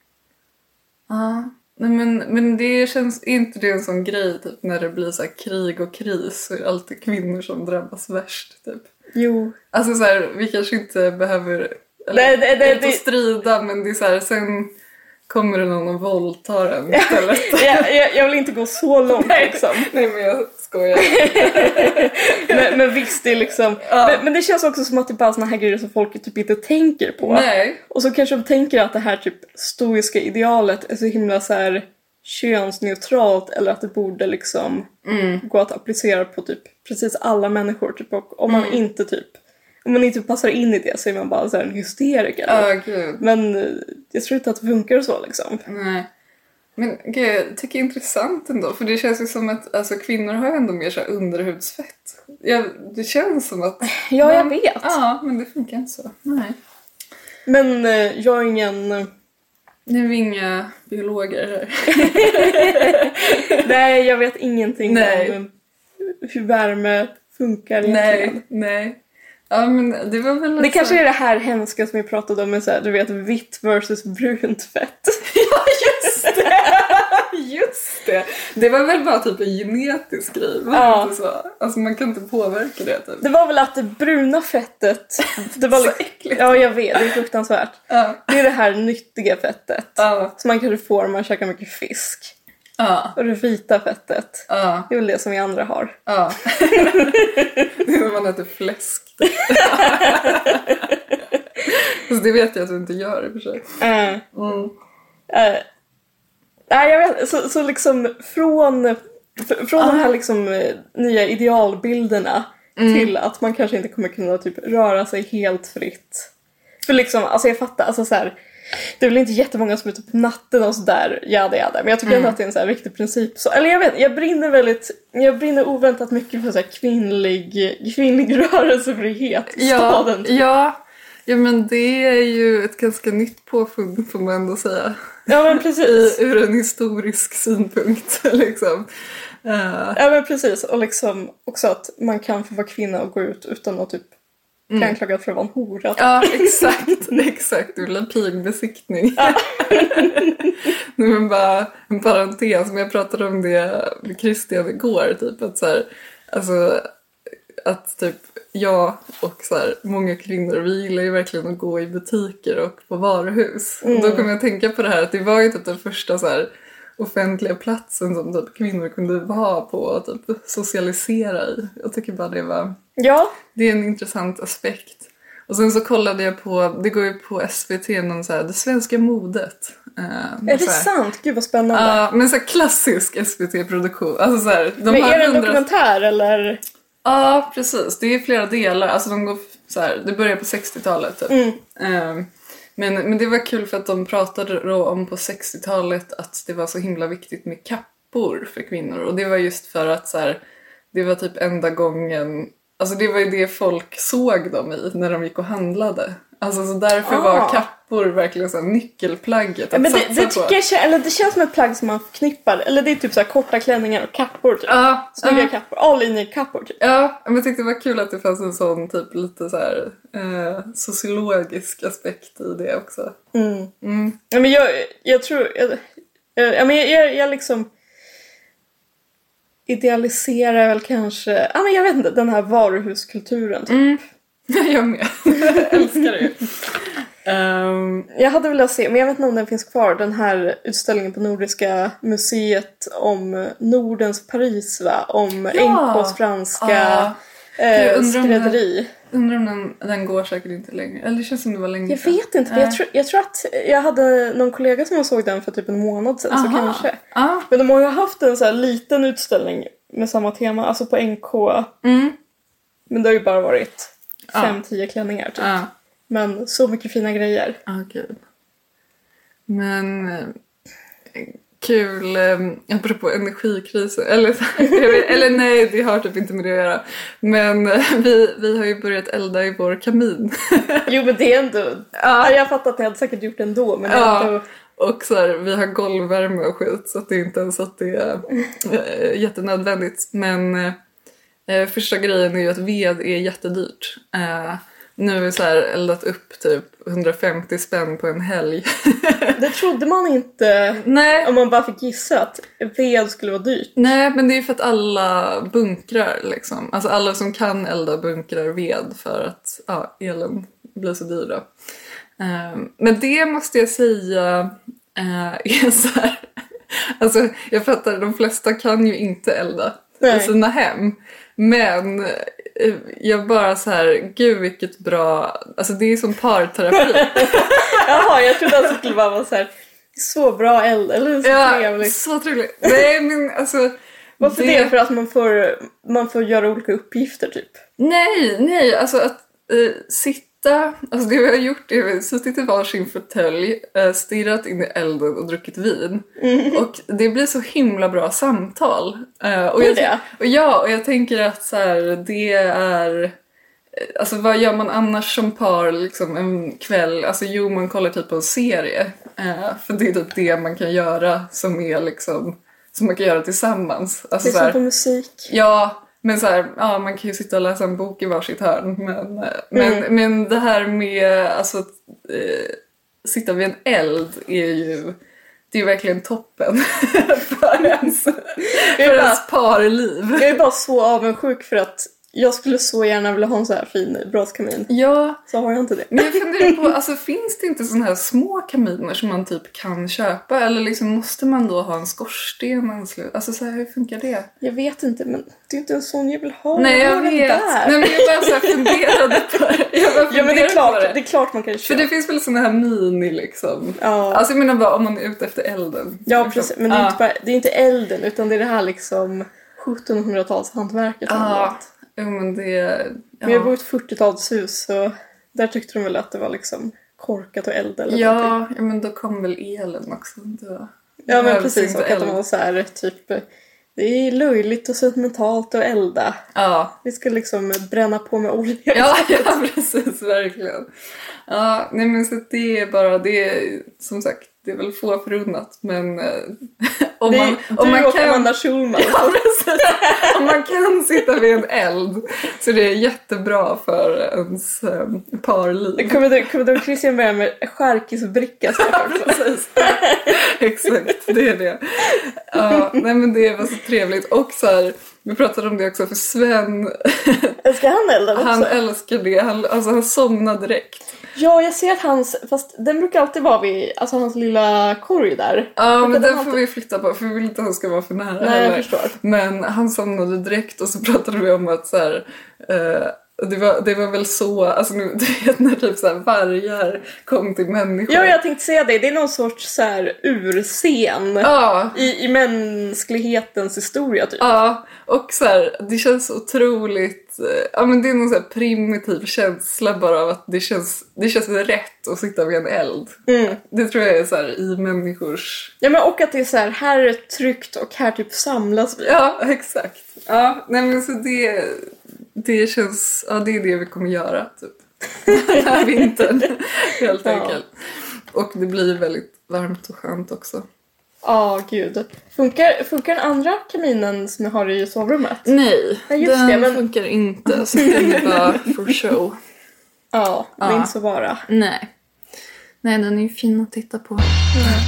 Ja, uh, men, men det känns inte det en sån grej typ när det blir så här krig och kris så är det alltid kvinnor som drabbas värst typ. Jo. Alltså så här, vi kanske inte behöver eller, nej, nej, nej, inte det... strida, men det är så här, sen kommer det någon och våldtar en istället. jag, jag, jag vill inte gå så långt nej, liksom. Nej, men jag skojar. men, men visst, det är liksom... Ja. Men, men det känns också som att det är bara såna här grejer som folk typ inte tänker på. Nej. Och så kanske de tänker att det här typ stoiska idealet är så himla så här könsneutralt eller att det borde liksom mm. gå att applicera på typ precis alla människor. Typ. Och om man mm. inte typ... Om man inte passar in i det så är man bara så här en hysteriker. Oh, gud. Men jag tror inte att det funkar så liksom. Nej. Men gud, jag tycker det är intressant ändå. För det känns ju som att alltså, kvinnor har ändå mer så här underhudsfett. Jag, det känns som att... Ja, men, jag vet. Ja, men det funkar inte så. Nej. Men eh, jag är ingen... Nu är vi inga biologer här. Nej, jag vet ingenting nej. om hur värme funkar egentligen. Nej, nej. Ja, men det var väl det kanske är det här hemska som vi pratade om med så här, du vet, vitt versus brunt fett. Ja, just det! Just det! Det var väl bara typ en genetisk grej, var ja. Inte så? Alltså man kan inte påverka det typ. Det var väl att det bruna fettet det var så liksom, äckligt. Ja, jag vet, det är fruktansvärt. Ja. Det är det här nyttiga fettet ja. som man kanske får om man käkar mycket fisk. Ja. Och det vita fettet. Ja. Det är väl det som vi andra har. Ja. Det är när man äter fläsk. Så det vet jag att du inte gör i och för sig. Uh. Mm. Uh. Nej, jag vet. Så, så liksom från, från uh. de här liksom nya idealbilderna mm. till att man kanske inte kommer kunna typ röra sig helt fritt. För liksom, alltså jag fattar, alltså så här, det är väl inte jättemånga som är ute på natten och sådär, jada jada. Men jag tycker mm. ändå att det är en så här viktig princip. Så, eller jag vet, jag brinner väldigt, jag brinner oväntat mycket för så här kvinnlig, kvinnlig rörelsefrihet i ja, staden. Ja, ja, men det är ju ett ganska nytt påfund får man ändå säga. Ja, men precis. I, ur en historisk synpunkt, liksom. Uh. Ja, men precis. Och liksom också att man kan få vara kvinna och gå ut utan att typ kan mm. anklagad för att vara en hora. Ja, exakt. Exakt. Du vill ha pigbesiktning. Ja. Nu men bara en parentes. Men jag pratade om det med Christian igår. Typ att så här, alltså att typ jag och så här, många kvinnor, vi gillar ju verkligen att gå i butiker och på varuhus. Mm. Och då kommer jag tänka på det här att det var ju typ den första så här offentliga platsen som typ kvinnor kunde vara på och typ socialisera i. Jag tycker bara det var... Ja. Det är en intressant aspekt. Och sen så kollade jag på, det går ju på S V T, någon så här, det svenska modet. Uh, är det sant? Gud vad spännande. Ja, uh, men så här klassisk S V T-produktion. Alltså så här, de men har är det en hundra... dokumentär eller? Ja, uh, precis. Det är flera delar. Alltså de går så här, det börjar på sextiotalet typ. Mm. Uh, men, men det var kul för att de pratade då om på sextiotalet att det var så himla viktigt med kappor för kvinnor. Och det var just för att så här, det var typ enda gången... Alltså det var ju det folk såg dem i när de gick och handlade. Alltså så därför ah. var kappor verkligen så här nyckelplagget ja, att men det, satsa det på. tycker jag, eller det känns som ett plagg som man förknippar. Eller det är typ så här korta klänningar och kappor typ. Ja. Snygga Ja. kappor, all in i kappor typ. Ja, men jag tyckte det var kul att det fanns en sån typ lite så här eh, sociologisk aspekt i det också. Mm. Mm. Ja, men jag, jag tror... Jag, jag, jag, jag, jag, jag liksom... idealiserar väl kanske, ja men jag vet inte, den här varuhuskulturen typ. Mm. Jag med. Jag älskar det. um... Jag hade velat se, men jag vet inte om den finns kvar, den här utställningen på Nordiska museet om Nordens Paris, va? Om ja. N K:s franska uh, eh, skrädderi. Undrar om den, den går säkert inte längre. Eller det känns som det var länge Jag sedan. vet inte, men jag, tror, jag tror att jag hade någon kollega som jag såg den för typ en månad sedan. Aha. Så kanske. Ah. Men de har ju haft en så här liten utställning med samma tema, alltså på N K. Mm. Men det har ju bara varit ah. fem, tio klänningar typ. Ah. Men så mycket fina grejer. Ja, ah, gud. Men... Eh, kul, eh, apropå energikrisen, eller, eller nej, det har typ inte med det att göra. Men eh, vi, vi har ju börjat elda i vår kamin. Jo, men det är ändå... Ja, jag fattar att ni hade säkert gjort det ändå, men det är ja, ändå... och så här, vi har golvvärme och skit, så att det är inte ens att det är äh, jättenödvändigt. Men äh, första grejen är ju att ved är jättedyrt. Äh, nu har vi så här eldat upp typ hundrafemtio spänn på en helg. Det trodde man inte. Nej. Om man bara fick gissa att ved skulle vara dyrt. Nej, men det är för att alla bunkrar liksom. Alltså alla som kan elda bunkrar ved för att ja, elen blir så dyr då. Uh, men det måste jag säga uh, är så här. Alltså jag fattar, de flesta kan ju inte elda i sina hem. Men jag bara så här, gud vilket bra, alltså det är som parterapi. Jaha, jag trodde att det skulle bara vara så här, så bra eld, eller så ja, trevligt. Så trevligt. Nej, men alltså... Varför det? det? För att man får, man får göra olika uppgifter typ? Nej, nej, alltså att äh, sitta, alltså det vi har gjort är att vi har suttit i varsin fåtölj, äh, stirrat in i elden och druckit vin. Mm. Och det blir så himla bra samtal. Äh, och, jag, det? och ja, och jag tänker att så här, det är... Alltså vad gör man annars som par liksom en kväll? Alltså jo, man kollar typ på en serie. Eh, för det är typ det man kan göra som är liksom, som man kan göra tillsammans. Alltså, det är som på musik. Ja, men så här, ja, man kan ju sitta och läsa en bok i varsitt hörn. Men, men, mm. men det här med alltså, att eh, sitta vid en eld är ju, det är ju verkligen toppen för ens, för ens parliv. Jag är bara så avundsjuk för att jag skulle så gärna vilja ha en så här fin braskamin. Ja. Så har jag inte det. Men jag funderar på, alltså finns det inte såna här små kaminer som man typ kan köpa? Eller liksom måste man då ha en skorsten anslut? Alltså så här, hur funkar det? Jag vet inte, men det är inte en sån jag vill ha. Nej, jag, jag vet. Där. Nej, men jag bara så här funderade på det. Jag bara ja, men det är, klart, det. det är klart man kan köpa. För det finns väl såna här mini liksom. Ja. Alltså jag menar bara om man är ute efter elden. Ja, precis. Men det är, ja. inte bara, det är inte elden, utan det är det här liksom sjuttonhundratals-hantverket. Ja, jo, men det... Ja. Men jag bor i ett fyrtiotalshus, så där tyckte de väl att det var liksom korkat och eld eller ja, någonting. Ja, men då kom väl elen också. Då, ja, men precis. Och att de var så här, typ... Det är löjligt och sentimentalt att elda. Ja. Vi ska liksom bränna på med olja. Ja, ja, precis. Verkligen. Ja, nej men så det är bara... Det är, som sagt, det är väl få förunnat, men... om det är, man, du om man och kan, Amanda Schulman. Ja, precis. Om man kan sitta vid en eld så det är jättebra för ens um, parliv. Kommer du, kommer du Christian börja med skärkisbricka? Ja, precis. Exakt, det är det. Ja, nej men det var så trevligt. Och så här, vi pratade om det också för Sven. Älskar han elden också? Han älskar det. Han, alltså han somnade direkt. Ja, jag ser att hans, fast den brukar alltid vara vid, alltså hans lilla korg där. Ja, men den alltid... får vi flytta på, för vi vill inte att han ska vara för nära. Nej, heller. jag förstår. Men han somnade direkt och så pratade vi om att så här, eh, det, var, det var väl så, alltså nu, du vet när typ så här vargar kom till människor. Ja, jag tänkte säga det, det är någon sorts så här urscen ja. i, i mänsklighetens historia typ. Ja, och så här, det känns otroligt, ja men det är någon så här primitiv känsla bara av att det känns, det känns rätt att sitta vid en eld. Mm. Det tror jag är så här i människors... Ja, men och att det är så här, här är det tryggt och här typ samlas vi. Ja, exakt. Ja, nej men så det, det känns, ja det är det vi kommer göra typ. Den här vintern, helt enkelt. Ja. Och det blir väldigt varmt och skönt också. Ja, oh, gud. Funkar, funkar den andra kaminen som jag har i sovrummet? Nej, ja, just den det, men... funkar inte. Så den är bara for show. Ja, det är ja. inte så bara. Nej. Nej, den är ju fin att titta på. Mm.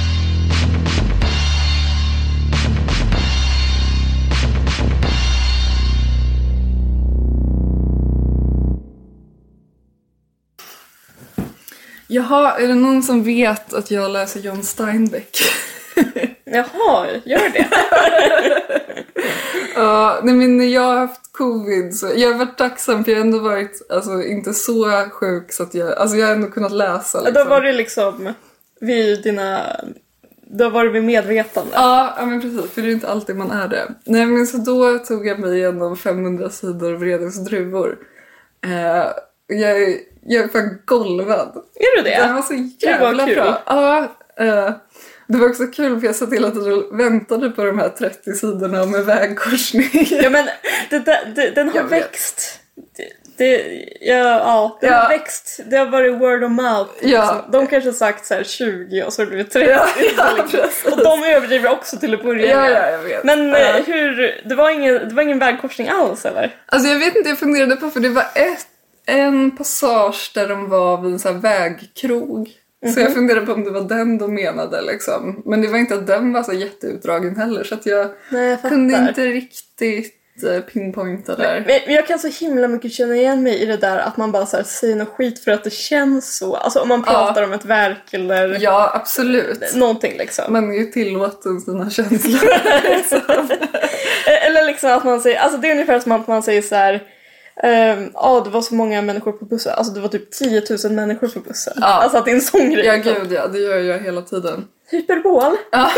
Jaha, är det någon som vet att jag läser John Steinbeck? Jaha, gör det? Ja, nej men när jag har haft covid så jag har varit tacksam för jag har ändå varit alltså, inte så sjuk så att jag, alltså jag har ändå kunnat läsa. Liksom. Då var det liksom vid dina, då var det vid medvetande. Ja, ja men precis, för det är inte alltid man är det. Nej men så då tog jag mig igenom femhundra sidor Vredens druvor. Eh, jag, är, jag är fan golvad. Är du det? Det var så jävla det var bra. Ja, eh, det var också kul för jag satt hela tiden och väntade på de här trettio sidorna med vägkorsning. Ja men det, det, det, den har växt. Det, det, ja, ja, den ja. har växt. Det har varit word of mouth. Ja. Liksom. De kanske har sagt så här tjugo och så har det blivit trettio. Ja, ja, liksom. Och de överdriver också till att börja ja, med. Ja, jag vet. Men ja. hur, det var ingen, det var ingen vägkorsning alls eller? Alltså jag vet inte, jag funderade på för det var ett, en passage där de var vid en så här vägkrog. Mm-hmm. Så jag funderade på om det var den de menade liksom. Men det var inte att den var så jätteutdragen heller. Så att jag, Nej, jag kunde inte riktigt pinpointa där. Men, men jag kan så himla mycket känna igen mig i det där att man bara så här, säger något skit för att det känns så. Alltså om man pratar ja. om ett verk eller... Ja, absolut. Någonting liksom. Man är ju tillåten sina känslor. liksom. Eller liksom att man säger... Alltså det är ungefär som att man säger så här... Ja, um, oh, det var så många människor på bussen. Alltså det var typ tio tusen människor på bussen. Ja. Alltså att det är en sån grej. Ja, gud ja. Det gör jag hela tiden. Hyperbol. Ja,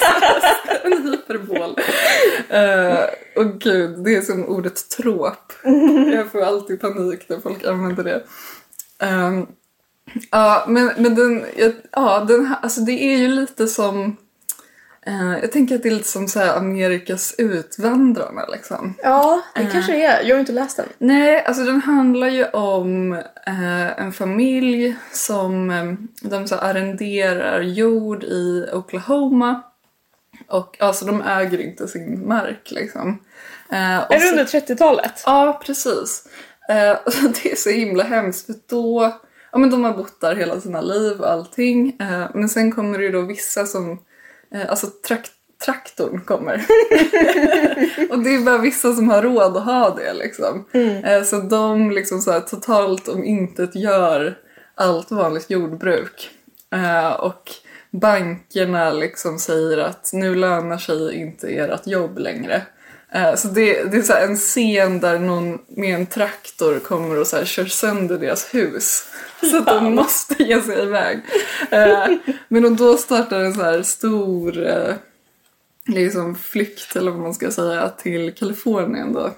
en hyperbol. Uh, och gud, det är som ordet tråp. Jag får alltid panik när folk använder det. Um, ja, men, men den, ja, den, alltså det är ju lite som... Uh, jag tänker att det är lite som så här Amerikas utvandrarna liksom. Ja, det uh, kanske är. Jag har inte läst den. Nej, alltså den handlar ju om uh, en familj som um, de så arrenderar jord i Oklahoma. Och alltså de äger inte sin mark liksom. Uh, är det under trettiotalet? Ja, precis. Uh, och det är så himla hemskt för då... Ja, men de har bott där hela sina liv och allting. Uh, men sen kommer det ju då vissa som... Alltså trakt, traktorn kommer. Och det är bara vissa som har råd att ha det liksom. Mm. Så de liksom så här totalt om intet gör allt vanligt jordbruk. Och bankerna liksom säger att nu lönar sig inte ert jobb längre. Så det, det är så här en scen där någon med en traktor kommer och så här kör sönder deras hus. Så att de måste ge sig iväg. Men då startar en så här stor liksom flykt, eller vad man ska säga, till Kalifornien då.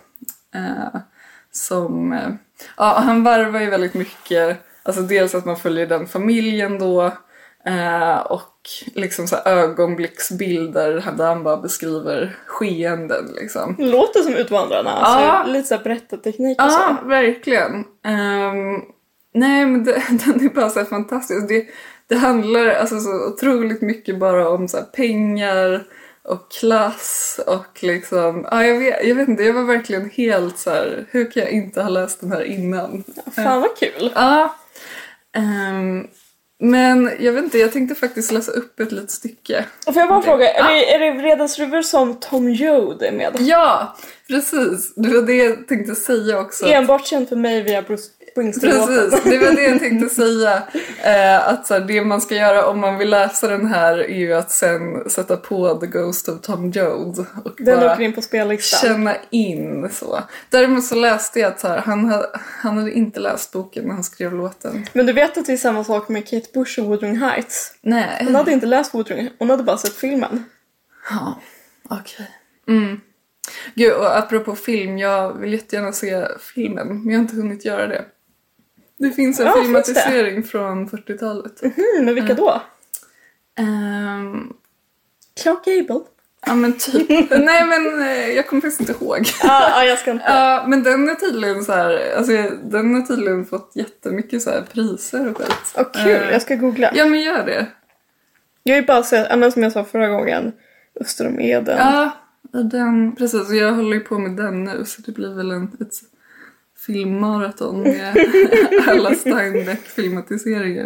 Som, ja, han varvar ju väldigt mycket. Alltså dels att man följer den familjen då. Eh, och liksom så här ögonblicksbilder där han bara beskriver skeenden liksom. Låter som Utvandrarna, alltså ja. Lite så här berättarteknik och ja, så. Verkligen. Um, nej men det, den är bara så här fantastisk. Det, det handlar alltså så otroligt mycket bara om så här pengar och klass och liksom, ja jag vet, jag vet inte, jag var verkligen helt så här, hur kan jag inte ha läst den här innan? Ja, fan vad kul. Ja. Um, Men jag vet inte, jag tänkte faktiskt läsa upp ett litet stycke. Och får jag bara fråga, är, ja. det, är det Vredesruvor som Tom Joad är med? Ja, precis. Det var det jag tänkte säga också. Enbart känt för mig via Bruce Springsteen. Precis, det var det jag tänkte säga. Eh, att så här, det man ska göra om man vill läsa den här är ju att sen sätta på The Ghost of Tom Joad. Och den åker in på spellistan. Känna in så. Däremot så läste jag att så här, han, hade, han hade inte läst boken när han skrev låten. Men du vet att det är samma sak med Kate Bush och Wuthering Heights? Nej. Hon hade inte läst Wuthering, hon hade bara sett filmen. Ja, okej. Okay. Mm. Gud, och apropå film, jag vill jättegärna se filmen, men jag har inte hunnit göra det. Det finns en ja, filmatisering finns från fyrtiotalet. Mm-hmm, men vilka då? Um, Clark Gable? Ja men typ. Nej men jag kommer faktiskt inte ihåg. Ja, ah, jag ska inte. Ja, men den är tydligen så här, alltså den har tydligen fått jättemycket så här priser och skit. Åh kul, uh, jag ska googla. Ja men gör det. Jag är bara sett, annars som jag sa förra gången, Öster om Eden. Ja, den, precis. Och jag håller ju på med den nu, så det blir väl en, ett filmmaraton med alla Steinbeck-filmatiseringar.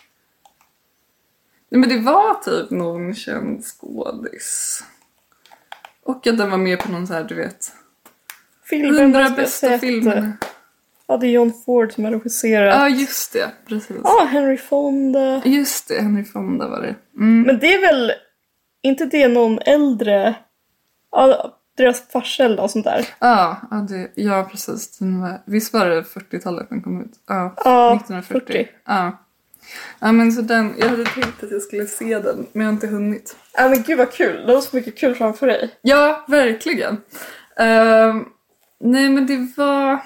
Nej, men det var typ någon känd skådis. Och att den var med på någon så här, du vet, hundra bästa filmer. Ja, det är John Ford som har regisserat. Ja, just det, precis. Ja, Henry Fonda. Just det, Henry Fonda var det. Mm. Men det är väl inte det någon äldre, ja, deras farsa eller något sånt där. Ja, ja, det, ja precis. Den var, visst var det fyrtiotalet den kom ut? Ja, ja nittonhundrafyrtio. fyrtio. Ja. Ja, men så den, jag hade tänkt att jag skulle se den, men jag har inte hunnit. Ja, men gud vad kul. Det var så mycket kul framför dig. Ja, verkligen. Uh, nej, men det var...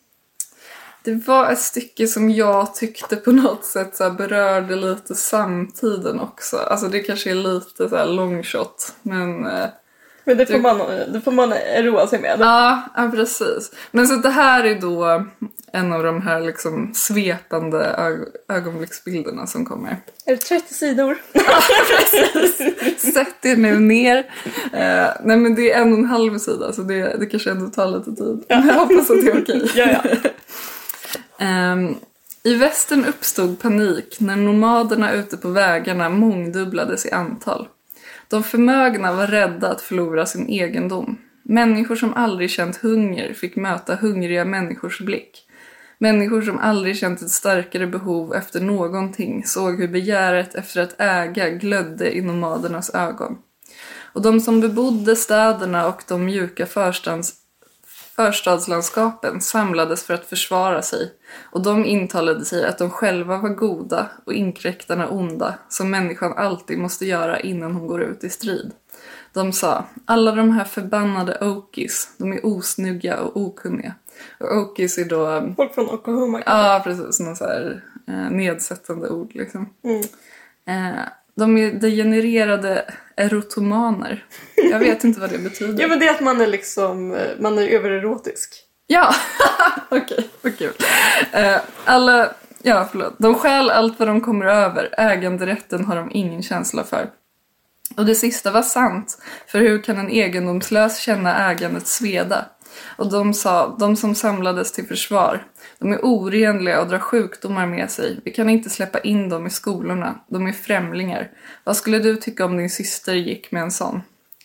Det var ett stycke som jag tyckte på något sätt så här berörde lite samtiden också. Alltså det kanske är lite så här long shot, men... Uh, men det får, man, det får man roa sig med. Ja, ja, precis. Men så det här är då en av de här liksom svepande ög- ögonblicksbilderna som kommer. Är det trettio sidor? Ja, precis. Sätt det nu ner. Uh, nej, men det är en och en halv sida, så det, det kanske ändå tar lite tid. Ja. Jag hoppas att det är okej. Ja, ja. um, I västern uppstod panik när nomaderna ute på vägarna mångdubblades i antal. De förmögna var rädda att förlora sin egendom. Människor som aldrig känt hunger fick möta hungriga människors blick. Människor som aldrig känt ett starkare behov efter någonting såg hur begäret efter att äga glödde i nomadernas ögon. Och de som bebodde städerna och de mjuka förstads, förstadslandskapen samlades för att försvara sig. Och de intalade sig att de själva var goda och inkräktarna onda, som människan alltid måste göra innan hon går ut i strid. De sa, alla de här förbannade Okies, de är osnygga och okunniga. Och Okies är då... folk från Oklahoma. Ja, precis. Någon så här eh, nedsättande ord liksom. Mm. Eh, de är degenererade erotomaner. Jag vet inte vad det betyder. Ja, men det är att man är liksom, man är övererotisk. Ja, okej, okay, vad kul. Eh, alla, ja förlåt. De stjäl allt vad de kommer över. Äganderätten har de ingen känsla för. Och det sista var sant. För hur kan en egendomslös känna ägandet sveda? Och de sa, de som samlades till försvar, de är orenliga och drar sjukdomar med sig. Vi kan inte släppa in dem i skolorna. De är främlingar. Vad skulle du tycka om din syster gick med en sån?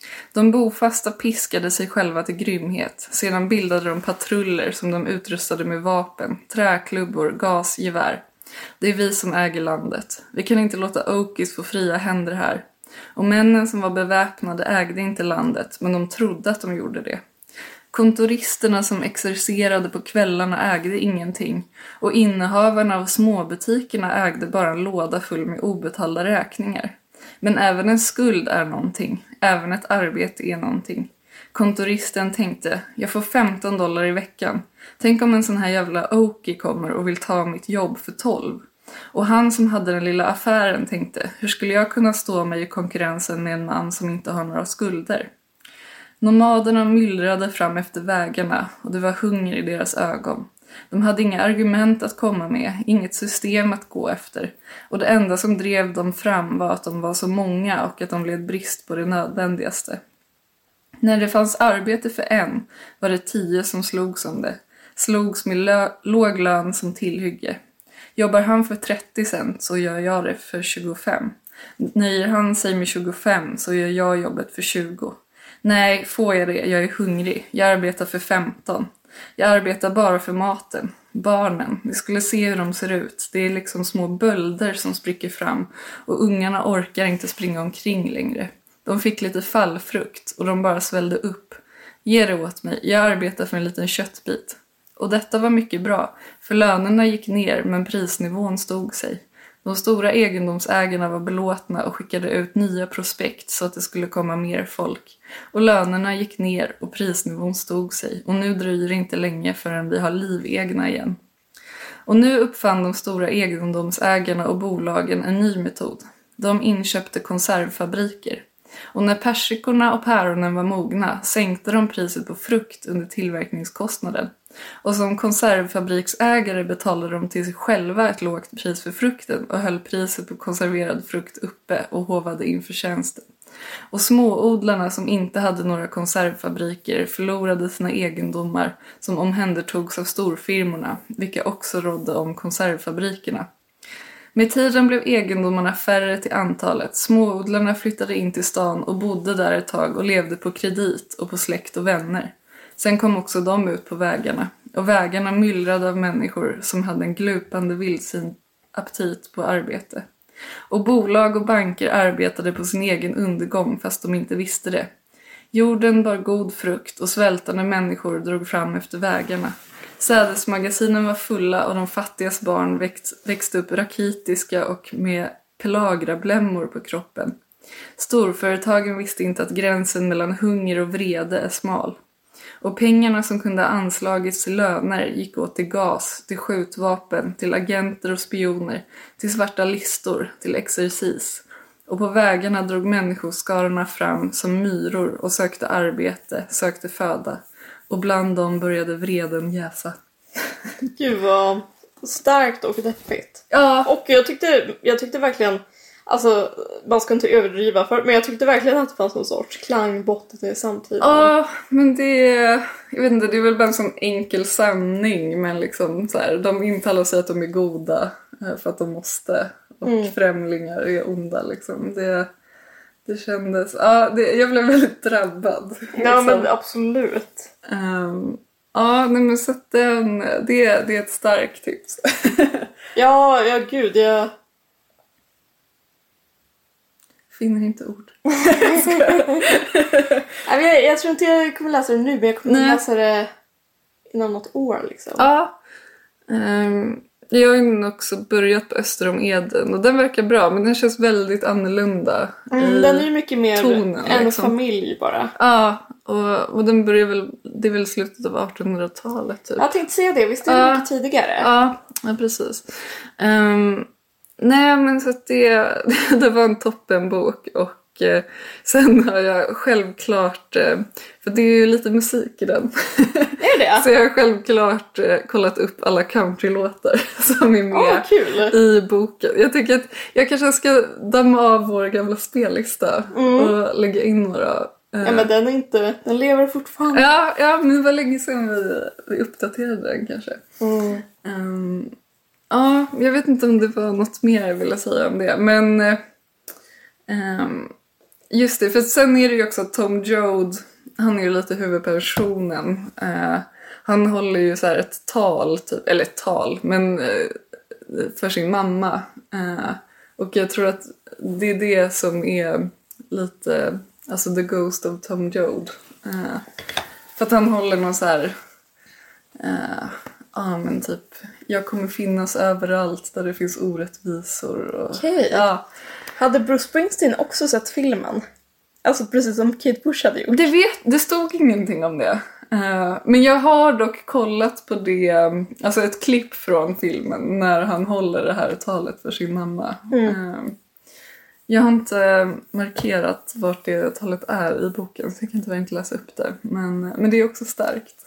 De bofasta piskade sig själva till grymhet. Sedan bildade de patruller som de utrustade med vapen, träklubbor, gasgevär. Det är vi som äger landet. Vi kan inte låta Okies få fria händer här. Och männen som var beväpnade ägde inte landet, men de trodde att de gjorde det. Kontoristerna som exercerade på kvällarna ägde ingenting, och innehavarna av småbutikerna ägde bara en låda full med obetalda räkningar. Men även en skuld är någonting, även ett arbete är någonting. Kontoristen tänkte, jag får femton dollar i veckan. Tänk om en sån här jävla Okie kommer och vill ta mitt jobb för tolv. Och han som hade den lilla affären tänkte, hur skulle jag kunna stå mig i konkurrensen med en man som inte har några skulder? Nomaderna myllrade fram efter vägarna och det var hunger i deras ögon. De hade inga argument att komma med, inget system att gå efter. Och det enda som drev dem fram var att de var så många och att de led brist på det nödvändigaste. När det fanns arbete för en var det tio som slogs om det. Slogs med lö- låg lön som tillhygge. Jobbar han för trettio cent så gör jag det för tjugofem. Nöjer han sig med tjugofem så gör jag jobbet för tjugo. Nej, får jag det? Jag är hungrig. Jag arbetar för femton. Jag arbetar bara för maten. Barnen, vi skulle se hur de ser ut. Det är liksom små bölder som spricker fram och ungarna orkar inte springa omkring längre. De fick lite fallfrukt och de bara svällde upp. Ge det åt mig, jag arbetar för en liten köttbit. Och detta var mycket bra, för lönerna gick ner men prisnivån stod sig. De stora egendomsägarna var belåtna och skickade ut nya prospekt så att det skulle komma mer folk. Och lönerna gick ner och prisnivån stod sig. Och nu dröjer det inte länge förrän vi har livegna igen. Och nu uppfann de stora egendomsägarna och bolagen en ny metod. De inköpte konservfabriker. Och när persikorna och päronen var mogna sänkte de priset på frukt under tillverkningskostnaden. Och som konservfabriksägare betalade de till sig själva ett lågt pris för frukten och höll priset på konserverad frukt uppe och hovade in förtjänsten. Och småodlarna som inte hade några konservfabriker förlorade sina egendomar som omhändertogs av storfirmorna, vilka också rådde om konservfabrikerna. Med tiden blev egendomarna färre till antalet. Småodlarna flyttade in till stan och bodde där ett tag och levde på kredit och på släkt och vänner. Sen kom också de ut på vägarna. Och vägarna myllrade av människor som hade en glupande vildsint aptit på arbete. Och bolag och banker arbetade på sin egen undergång fast de inte visste det. Jorden bar god frukt och svältande människor drog fram efter vägarna. Sädesmagasinen var fulla och de fattigas barn växt, växte upp rakitiska och med pelagrablämmor på kroppen. Storföretagen visste inte att gränsen mellan hunger och vrede är smal. Och pengarna som kunde ha anslagits till löner gick åt till gas, till skjutvapen, till agenter och spioner, till svarta listor, till exercis. Och på vägarna drog människoskarorna fram som myror och sökte arbete, sökte föda. Och bland dem började vreden jäsa. Gud vad starkt och deppigt. Ja. Och jag tyckte, jag tyckte verkligen, alltså man ska inte överdriva för, men jag tyckte verkligen att det fanns någon sorts klangbott i samtiden. Ja, men det är, jag vet inte, det är väl bara en sån enkel sanning, men liksom så här, de intalar sig att de är goda för att de måste, och mm. främlingar är onda liksom. Det, det kändes, ja, det, jag blev väldigt drabbad. Liksom. Ja, men absolut. Um, ja, nej, men så att den, det, det är ett starkt tips. ja, ja gud, jag... Finner inte ord. jag, jag tror inte jag kommer läsa det nu, men jag kommer Nej. läsa det inom något år liksom. Ja. Um, jag har ju också börjat på Öster om Eden och den verkar bra, men den känns väldigt annorlunda. Mm, den är ju mycket mer tonen, en liksom. familj bara. Ja, och, och den börjar väl, det är väl slutet av artonhundratalet typ. Jag tänkte säga det, visst är det ja. mycket tidigare? Ja, ja precis. Um, Nej, men så att det, det var en toppenbok och eh, sen har jag självklart, eh, för det är ju lite musik i den. Är det? Så jag har självklart eh, kollat upp alla countrylåtar som är med oh, kul. i boken. Jag tycker att jag kanske ska damma av vår gamla spellista mm. och lägga in några. Eh, ja, men den är inte, den lever fortfarande. Ja, ja men det var länge sedan vi, vi uppdaterade den kanske. Mm. Um, Ja, jag vet inte om det var något mer jag ville säga om det. Men um, Just det, för sen är det ju också Tom Joad, han är ju lite huvudpersonen. Uh, han håller ju så här ett tal, typ, eller ett tal, men uh, för sin mamma. Uh, och jag tror att det är det som är lite, alltså the ghost of Tom Joad. Uh, för att han håller någon så här, ja uh, uh, men typ, jag kommer finnas överallt där det finns orättvisor. Och, Okej. Ja. Hade Bruce Springsteen också sett filmen? Alltså precis som Kate Bush hade gjort. Det, vet, det stod ingenting om det. Uh, men jag har dock kollat på det, alltså ett klipp från filmen när han håller det här talet för sin mamma. Mm. Uh, jag har inte markerat vart det talet är i boken, så jag kan tyvärr inte läsa upp det. Men, men det är också starkt.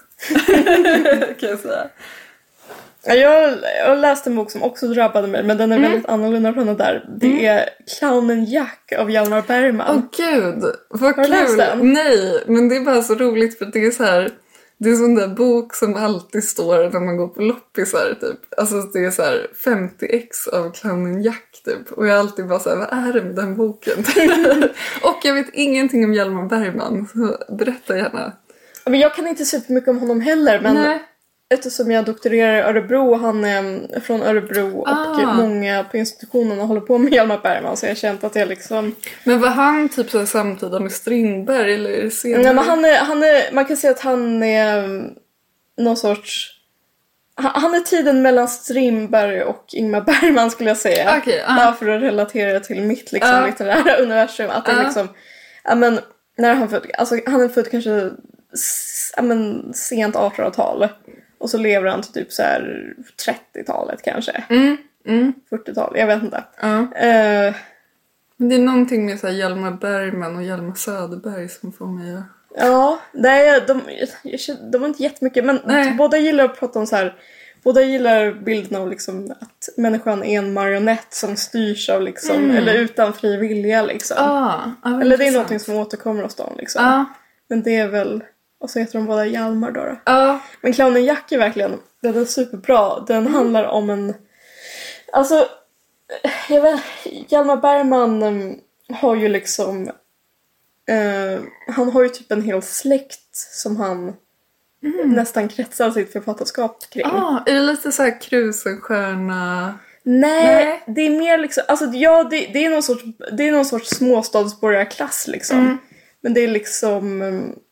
Kan jag säga. Jag, jag läste en bok som också drabbade mig, men den är mm. väldigt annorlunda från det där. Det mm. är Clownen Jack av Hjalmar Bergman. Åh oh, gud, vad har kul! Du läst den? Nej, men det är bara så roligt för det är så här. Det är sån där bok som alltid står när man går på loppisar typ. Alltså det är så här femtio ex av Clownen Jack typ. Och jag är alltid bara så här, vad är det med den boken? Och jag vet ingenting om Hjalmar Bergman, så berätta gärna. Men jag kan inte supermycket om honom heller, men nej. Eftersom jag doktorerar i Örebro, han är från Örebro ah. och många på institutionen håller på med Hjalmar Bergman, så jag har känt att jag liksom... Men var han typ så här samtida med Strindberg eller är det senare? Nej, men han är, han är, man kan säga att han är någon sorts... Han är tiden mellan Strindberg och Ingmar Bergman skulle jag säga. Okay, uh. Bara för att relatera till mitt liksom, uh. litterära universum. Att det uh. liksom, ja, men, när han, född, alltså, han är född kanske ja, men, sent artonhundratal. Och så lever han till typ så här trettiotalet kanske. Mm, mm. fyrtiotal, jag vet inte. Uh. Uh, Men det är någonting med så här Hjalmar Bergman och Hjalmar Söderberg som får mig att... Ja, nej, de, de var inte jättemycket. Men nej. Båda gillar att prata om så här. Båda gillar bilden av liksom att människan är en marionett som styrs av liksom, mm. eller utan fri vilja liksom. Ah, ah, eller det är någonting som återkommer hos dem liksom. Ah. Men det är väl, och så heter de båda Hjalmar då. då. Ah. Men Clownen Jack är verkligen, den är superbra. Den mm. handlar om en, alltså, jag vet, Hjalmar Bergman um, har ju liksom, uh, han har ju typ en hel släkt som han Mm. nästan kretsar sitt författarskap kring. Ah, är det lite så här Krusenstjerna? Nej, Nej, det är mer liksom, alltså ja, det, det är någon sorts, det är någon sorts småstadsborgarklass liksom. Mm. Men det är liksom,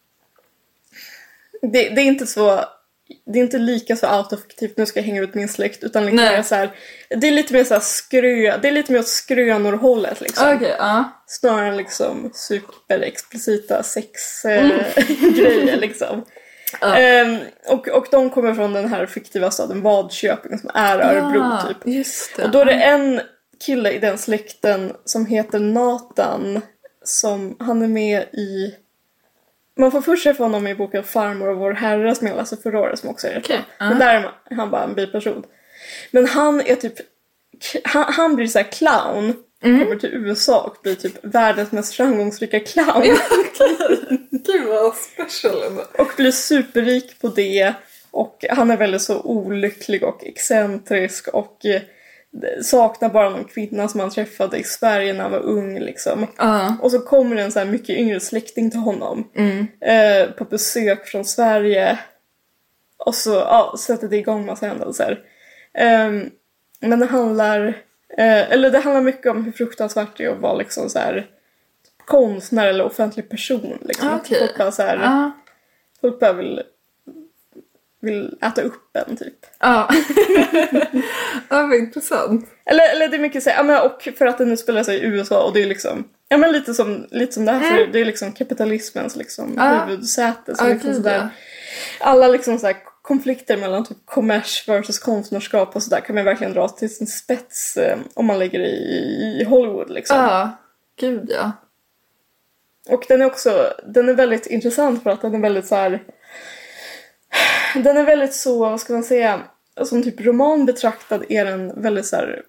det, det är inte så, det är inte lika så autofiktivt, nu ska jag hänga ut min släkt, utan lite mer så här, det är lite mer så här skrö, det är lite mer åt skrönorhållet liksom. Okay, uh. Snarare liksom superexplicita sexgrejer mm. liksom. Uh. Um, och, och de kommer från den här fiktiva staden Vadköping som är Örebro ja, typ. Just det. Och då är det en kille i den släkten som heter Nathan, som han är med i, man får först träffa honom i boken Farmor och vår herre som jag läste förra året, som också är rätt okay. uh. Men där är han bara en biperson. Men han är typ, han, han blir så här clown. Mm. Kommer till U S A och blir typ världens mest framgångsrika clown. Gud vad special ändå. Och blir superrik på det. Och han är väldigt så olycklig och excentrisk. Och eh, saknar bara någon kvinna som han träffade i Sverige när han var ung liksom. Uh. Och så kommer en så här mycket yngre släkting till honom. Mm. Eh, på besök från Sverige. Och så ja, sätter det igång massa händelser. Eh, men det handlar... Eh, eller det handlar mycket om hur fruktansvärt det är att vara liksom så här konstnär eller offentlig person liksom. Okay. Folk bara så här, uh. folk bara vill, vill äta upp en typ. Ja. Ja, vad intressant. Eller, eller det är mycket så här, ja, men och för att det nu spelar sig i U S A och det är liksom, ja men lite som, lite som det här, mm. för det är liksom kapitalismens liksom uh. huvudsäte. Så uh, liksom så där, alla liksom så här konflikter mellan typ kommers versus konstnärskap och sådär kan man verkligen dra till sin spets eh, om man lägger i, i Hollywood liksom. Ja, gud ja. Och den är också, den är väldigt intressant för att den är väldigt så här, den är väldigt så, vad ska man säga, som typ roman betraktad är den väldigt så här,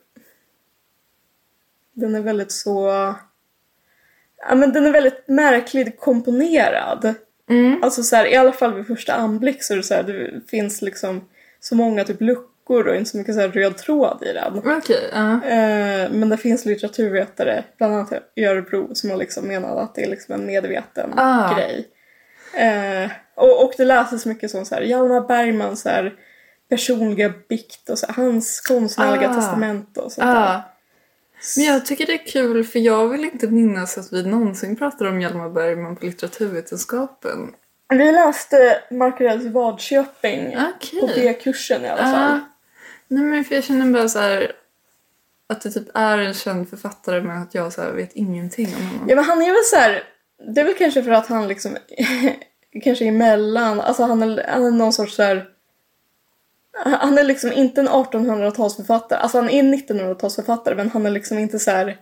den är väldigt så, ja men den är väldigt märkligt komponerad. Mm. Alltså så här, i alla fall vid första anblick så är det så här, det finns liksom så många typ luckor dockor och inte så mycket så här röd tråd i den. Okej, okay, uh. eh, Men det finns litteraturvetare, bland annat i Örebro, som har liksom menat att det är liksom en medveten uh. grej. Eh, och, och det läses mycket som så här, Hjalmar Bergman så här, personliga bikt och så här, hans konstnärliga uh. testament och sånt uh. där. Men jag tycker det är kul, för jag vill inte minnas att vi någonsin pratar om Hjalmar Bergman på litteraturvetenskapen. Vi läste Markarells Vadköping okay. på B-kursen i alla fall. Uh, nej men för jag känner bara så här att det typ är en känd författare, men att jag så här vet ingenting om honom. Ja, men han är väl så här, det är väl kanske för att han liksom kanske är emellan, alltså han är, han är någon sorts så här, han är liksom inte en artonhundratalsförfattare, alltså han är en nittonhundratalsförfattare, men han är liksom inte så här.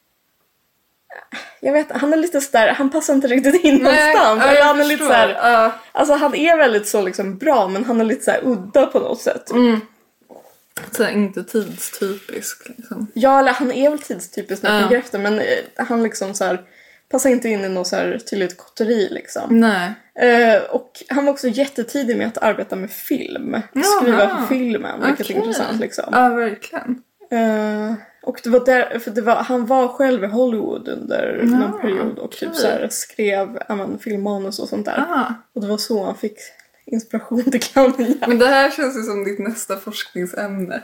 Jag vet, han är lite så där, han passar inte riktigt in någonstans. Nej, han är lite så här, uh. alltså han är väldigt så liksom bra, men han är lite så här udda på något sätt. Mm. Så här, inte tidstypisk liksom. Ja, eller han är väl tidstypisk när jag uh. efter, men han liksom så här passar inte in i något så här tydligt kotteri liksom. Nej. Uh, och han var också jättetidig med att arbeta med film. Jaha. Skriva för filmen, vilket okay. är intressant liksom. Ja, verkligen. Uh, och det var där, för det var, han var själv i Hollywood under ja, någon period och typ så här skrev amen, filmmanus och sånt där. Ah. Och det var så han fick inspiration till Clownen Jack. Men det här känns ju som ditt nästa forskningsämne.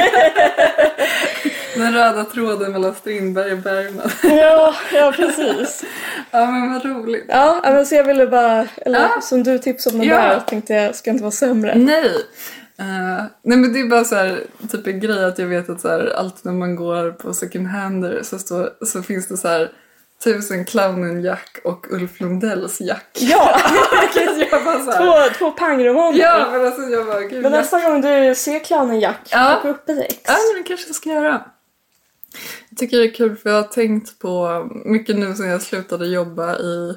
Den röda tråden mellan Strindberg och Bergman. ja, ja, precis. Ja, men vad roligt. Ja, men så jag ville bara, eller ja. som du tipsade om den ja. där, tänkte jag ska inte vara sämre. Nej. Uh, nej men det är bara så här, typ en grej att jag vet att så här, alltid när man går på second hander så, står, så finns det så här tusen Clownen Jack och Ulf Lundells Jack. Ja! jag bara så här, två, två pangromaner. Ja, men alltså jag bara, gud, men nästa gång du ser Clownen Jack, ja. Plocka upp ett ex. Ja, men det kanske jag ska göra. Jag tycker det är kul för jag har tänkt på mycket nu sen jag slutade jobba i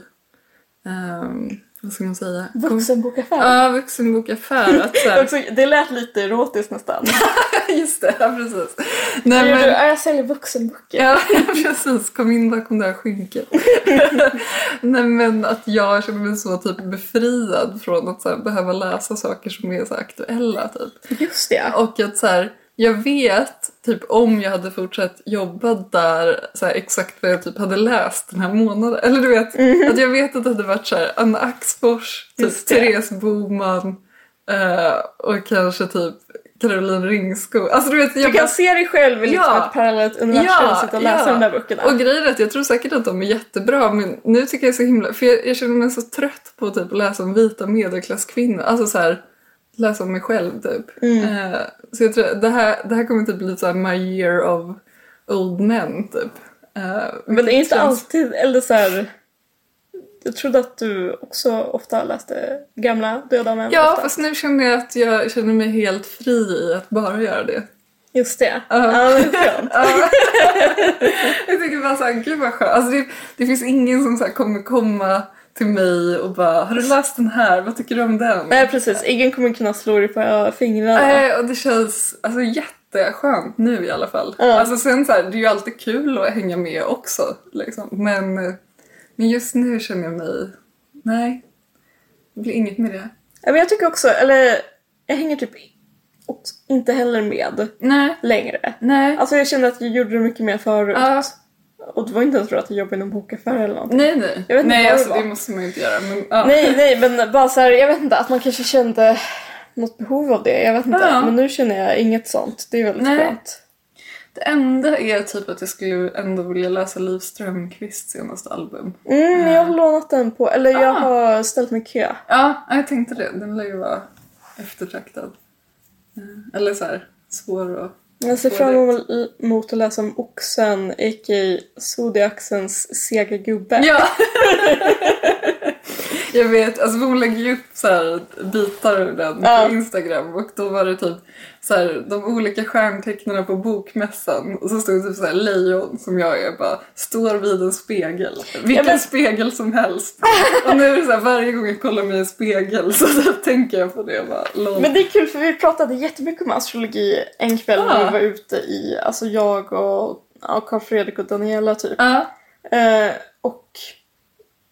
um, vad ska man säga? Vuxenbokaffär. Ja, vuxenbokaffär. Att så här... det lät lite erotiskt nästan. Just det, ja, precis. Nej, jag, men... du, jag säljer vuxenböcker. Ja, precis. Kom in bakom det här skynket. Nej, men att jag känner mig så typ befriad från att så här, behöva läsa saker som är så aktuella typ. Just det. Och att så här, jag vet typ om jag hade fortsatt jobba där så här, exakt vad jag typ hade läst den här månaden. Eller du vet, mm-hmm. att jag vet att det hade varit så här, Anna Axfors, typ Therese Boman uh, och kanske typ Caroline Ringskog. Alltså, du vet, jag du kan bara... se dig själv i liksom ja. ett parallellt universum ja, och sitta och läsa ja. de där böckerna. Och grejen är att jag tror säkert att de är jättebra, men nu tycker jag så himla... För jag, jag känner mig så trött på typ, att läsa om vita medelklasskvinnor. Alltså så här... läsa om mig själv typ. Mm. Uh, så jag tror det här, det här kommer typ bli så här my year of old men typ. Uh, men det är inte känns... alltid, eller så här. Jag trodde att du också ofta läste gamla döda män. Ja, ofta. fast nu känner jag att jag känner mig helt fri i att bara göra det. Just det. Uh. Ja, det är skönt. Jag tycker bara såhär, gud vad skönt. Alltså det, det finns ingen som så här kommer komma till mig och bara, har du läst den här? Vad tycker du om den? Nej, precis. Ingen kommer kunna slå dig på fingrarna. Nej, och det känns alltså jätteskönt nu i alla fall. Ja. Alltså sen så här, det är ju alltid kul att hänga med också. Liksom. Men, men just nu känner jag mig, nej, det blir inget med det. Ja, men jag tycker också, eller jag hänger typ inte heller med nej. längre. Nej. Alltså jag kände att jag gjorde det mycket mer förut. Ja. Och det var inte ens så att jag jobbade i någon bokaffär eller någonting. Nej, nej. Jag vet inte nej, vad alltså det var. det måste man ju inte göra. Men, ja. Nej, nej, men bara så här, jag vet inte, att man kanske kände något behov av det. Jag vet inte, ja. men nu känner jag inget sånt. Det är väldigt nej. skönt. Det enda är typ att jag skulle ändå vilja läsa Liv Strömquists senaste album. Mm, jag har lånat den på, eller jag ah. har ställt mig i kö. Ja, jag tänkte det. Den lär ju vara eftertraktad. Eller så här, svår och... Jag ser fram emot att läsa om Oxen, a k a. Zodiacsens sega gubbe. Ja! Jag vet, alltså hon lägger ju upp så här bitar ur den ja. på Instagram. Och då var det typ så här, de olika stjärntecknarna på bokmässan. Och så stod det typ så här, lejon som jag är bara, står vid en spegel. Vilken ja, men... spegel som helst. Och nu är det så här, varje gång jag kollar mig i en spegel så där tänker jag på det. Bara, lång. Men det är kul för vi pratade jättemycket om astrologi en kväll ja. när vi var ute i, alltså jag och ja, Carl Fredrik och Daniela typ. Ja. Eh, och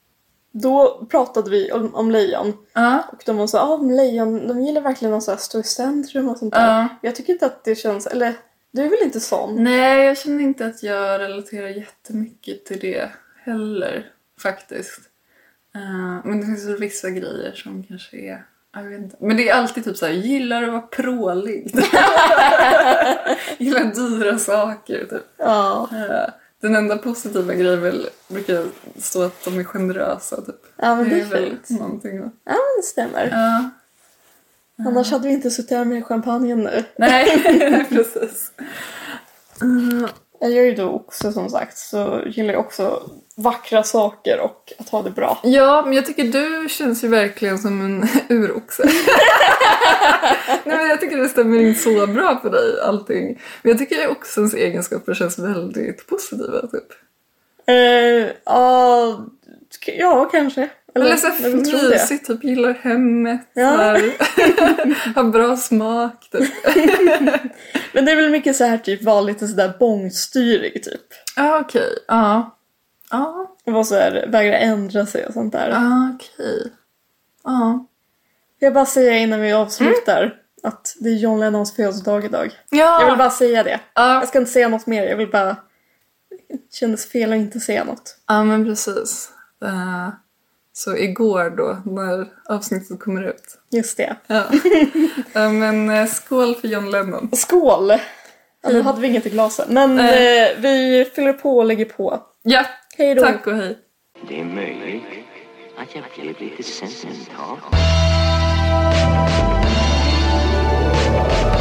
då pratade vi om, om lejon. Ja. Och de var så, ja ah, lejon, de gillar verkligen att stå i centrum och sånt där. Ja. Jag tycker inte att det känns, eller du är väl inte sån? Nej, jag känner inte att jag relaterar jättemycket till det heller, faktiskt. Uh, men det finns väl vissa grejer som kanske är, jag vet inte. Men det är alltid typ så här, gillar att vara prålig. Gillar dyra saker, typ. Ja. Uh, den enda positiva grejen väl brukar stå att de är generösa, typ. Ja, men det är, det är väl fint. någonting. Va? Ja, men det stämmer. Ja. Annars hade vi inte suttit här med champagnen nu. Nej, precis. Uh, Jag gör ju då också, som sagt, så gillar jag också vackra saker och att ha det bra. Ja, men jag tycker du känns ju verkligen som en uroxe. Nej, men jag tycker det stämmer inte så bra på dig, allting. Men jag tycker oxens egenskaper känns väldigt positiva, typ. Uh, uh, ja, kanske. Eller, Eller så mysigt, typ gillar hemmet. Ja. Har bra smak, typ. Men det är väl mycket så här typ, var lite sådär bångstyrig, typ. Ja, okej. Okay. Ja. Ja. Och var så här, vägra ändra sig och sånt där. Ja, okej. Okay. Ja. Jag bara säga innan vi avslutar mm. att det är John Lennons födelsedag idag. Ja. Jag vill bara säga det. Ja. Jag ska inte säga något mer. Jag vill bara... Det kändes fel att inte säga något. Ja, men precis. Uh, så igår då, när avsnittet kommer ut. Just det. Ja. uh, men uh, skål för John Lennon. Skål! Ja, nu hade vi inget i glasen. Men uh. uh, vi fyller på och lägger på. Ja, hej då. Tack och hej. Det är möjligt att jag blev lite sentimental.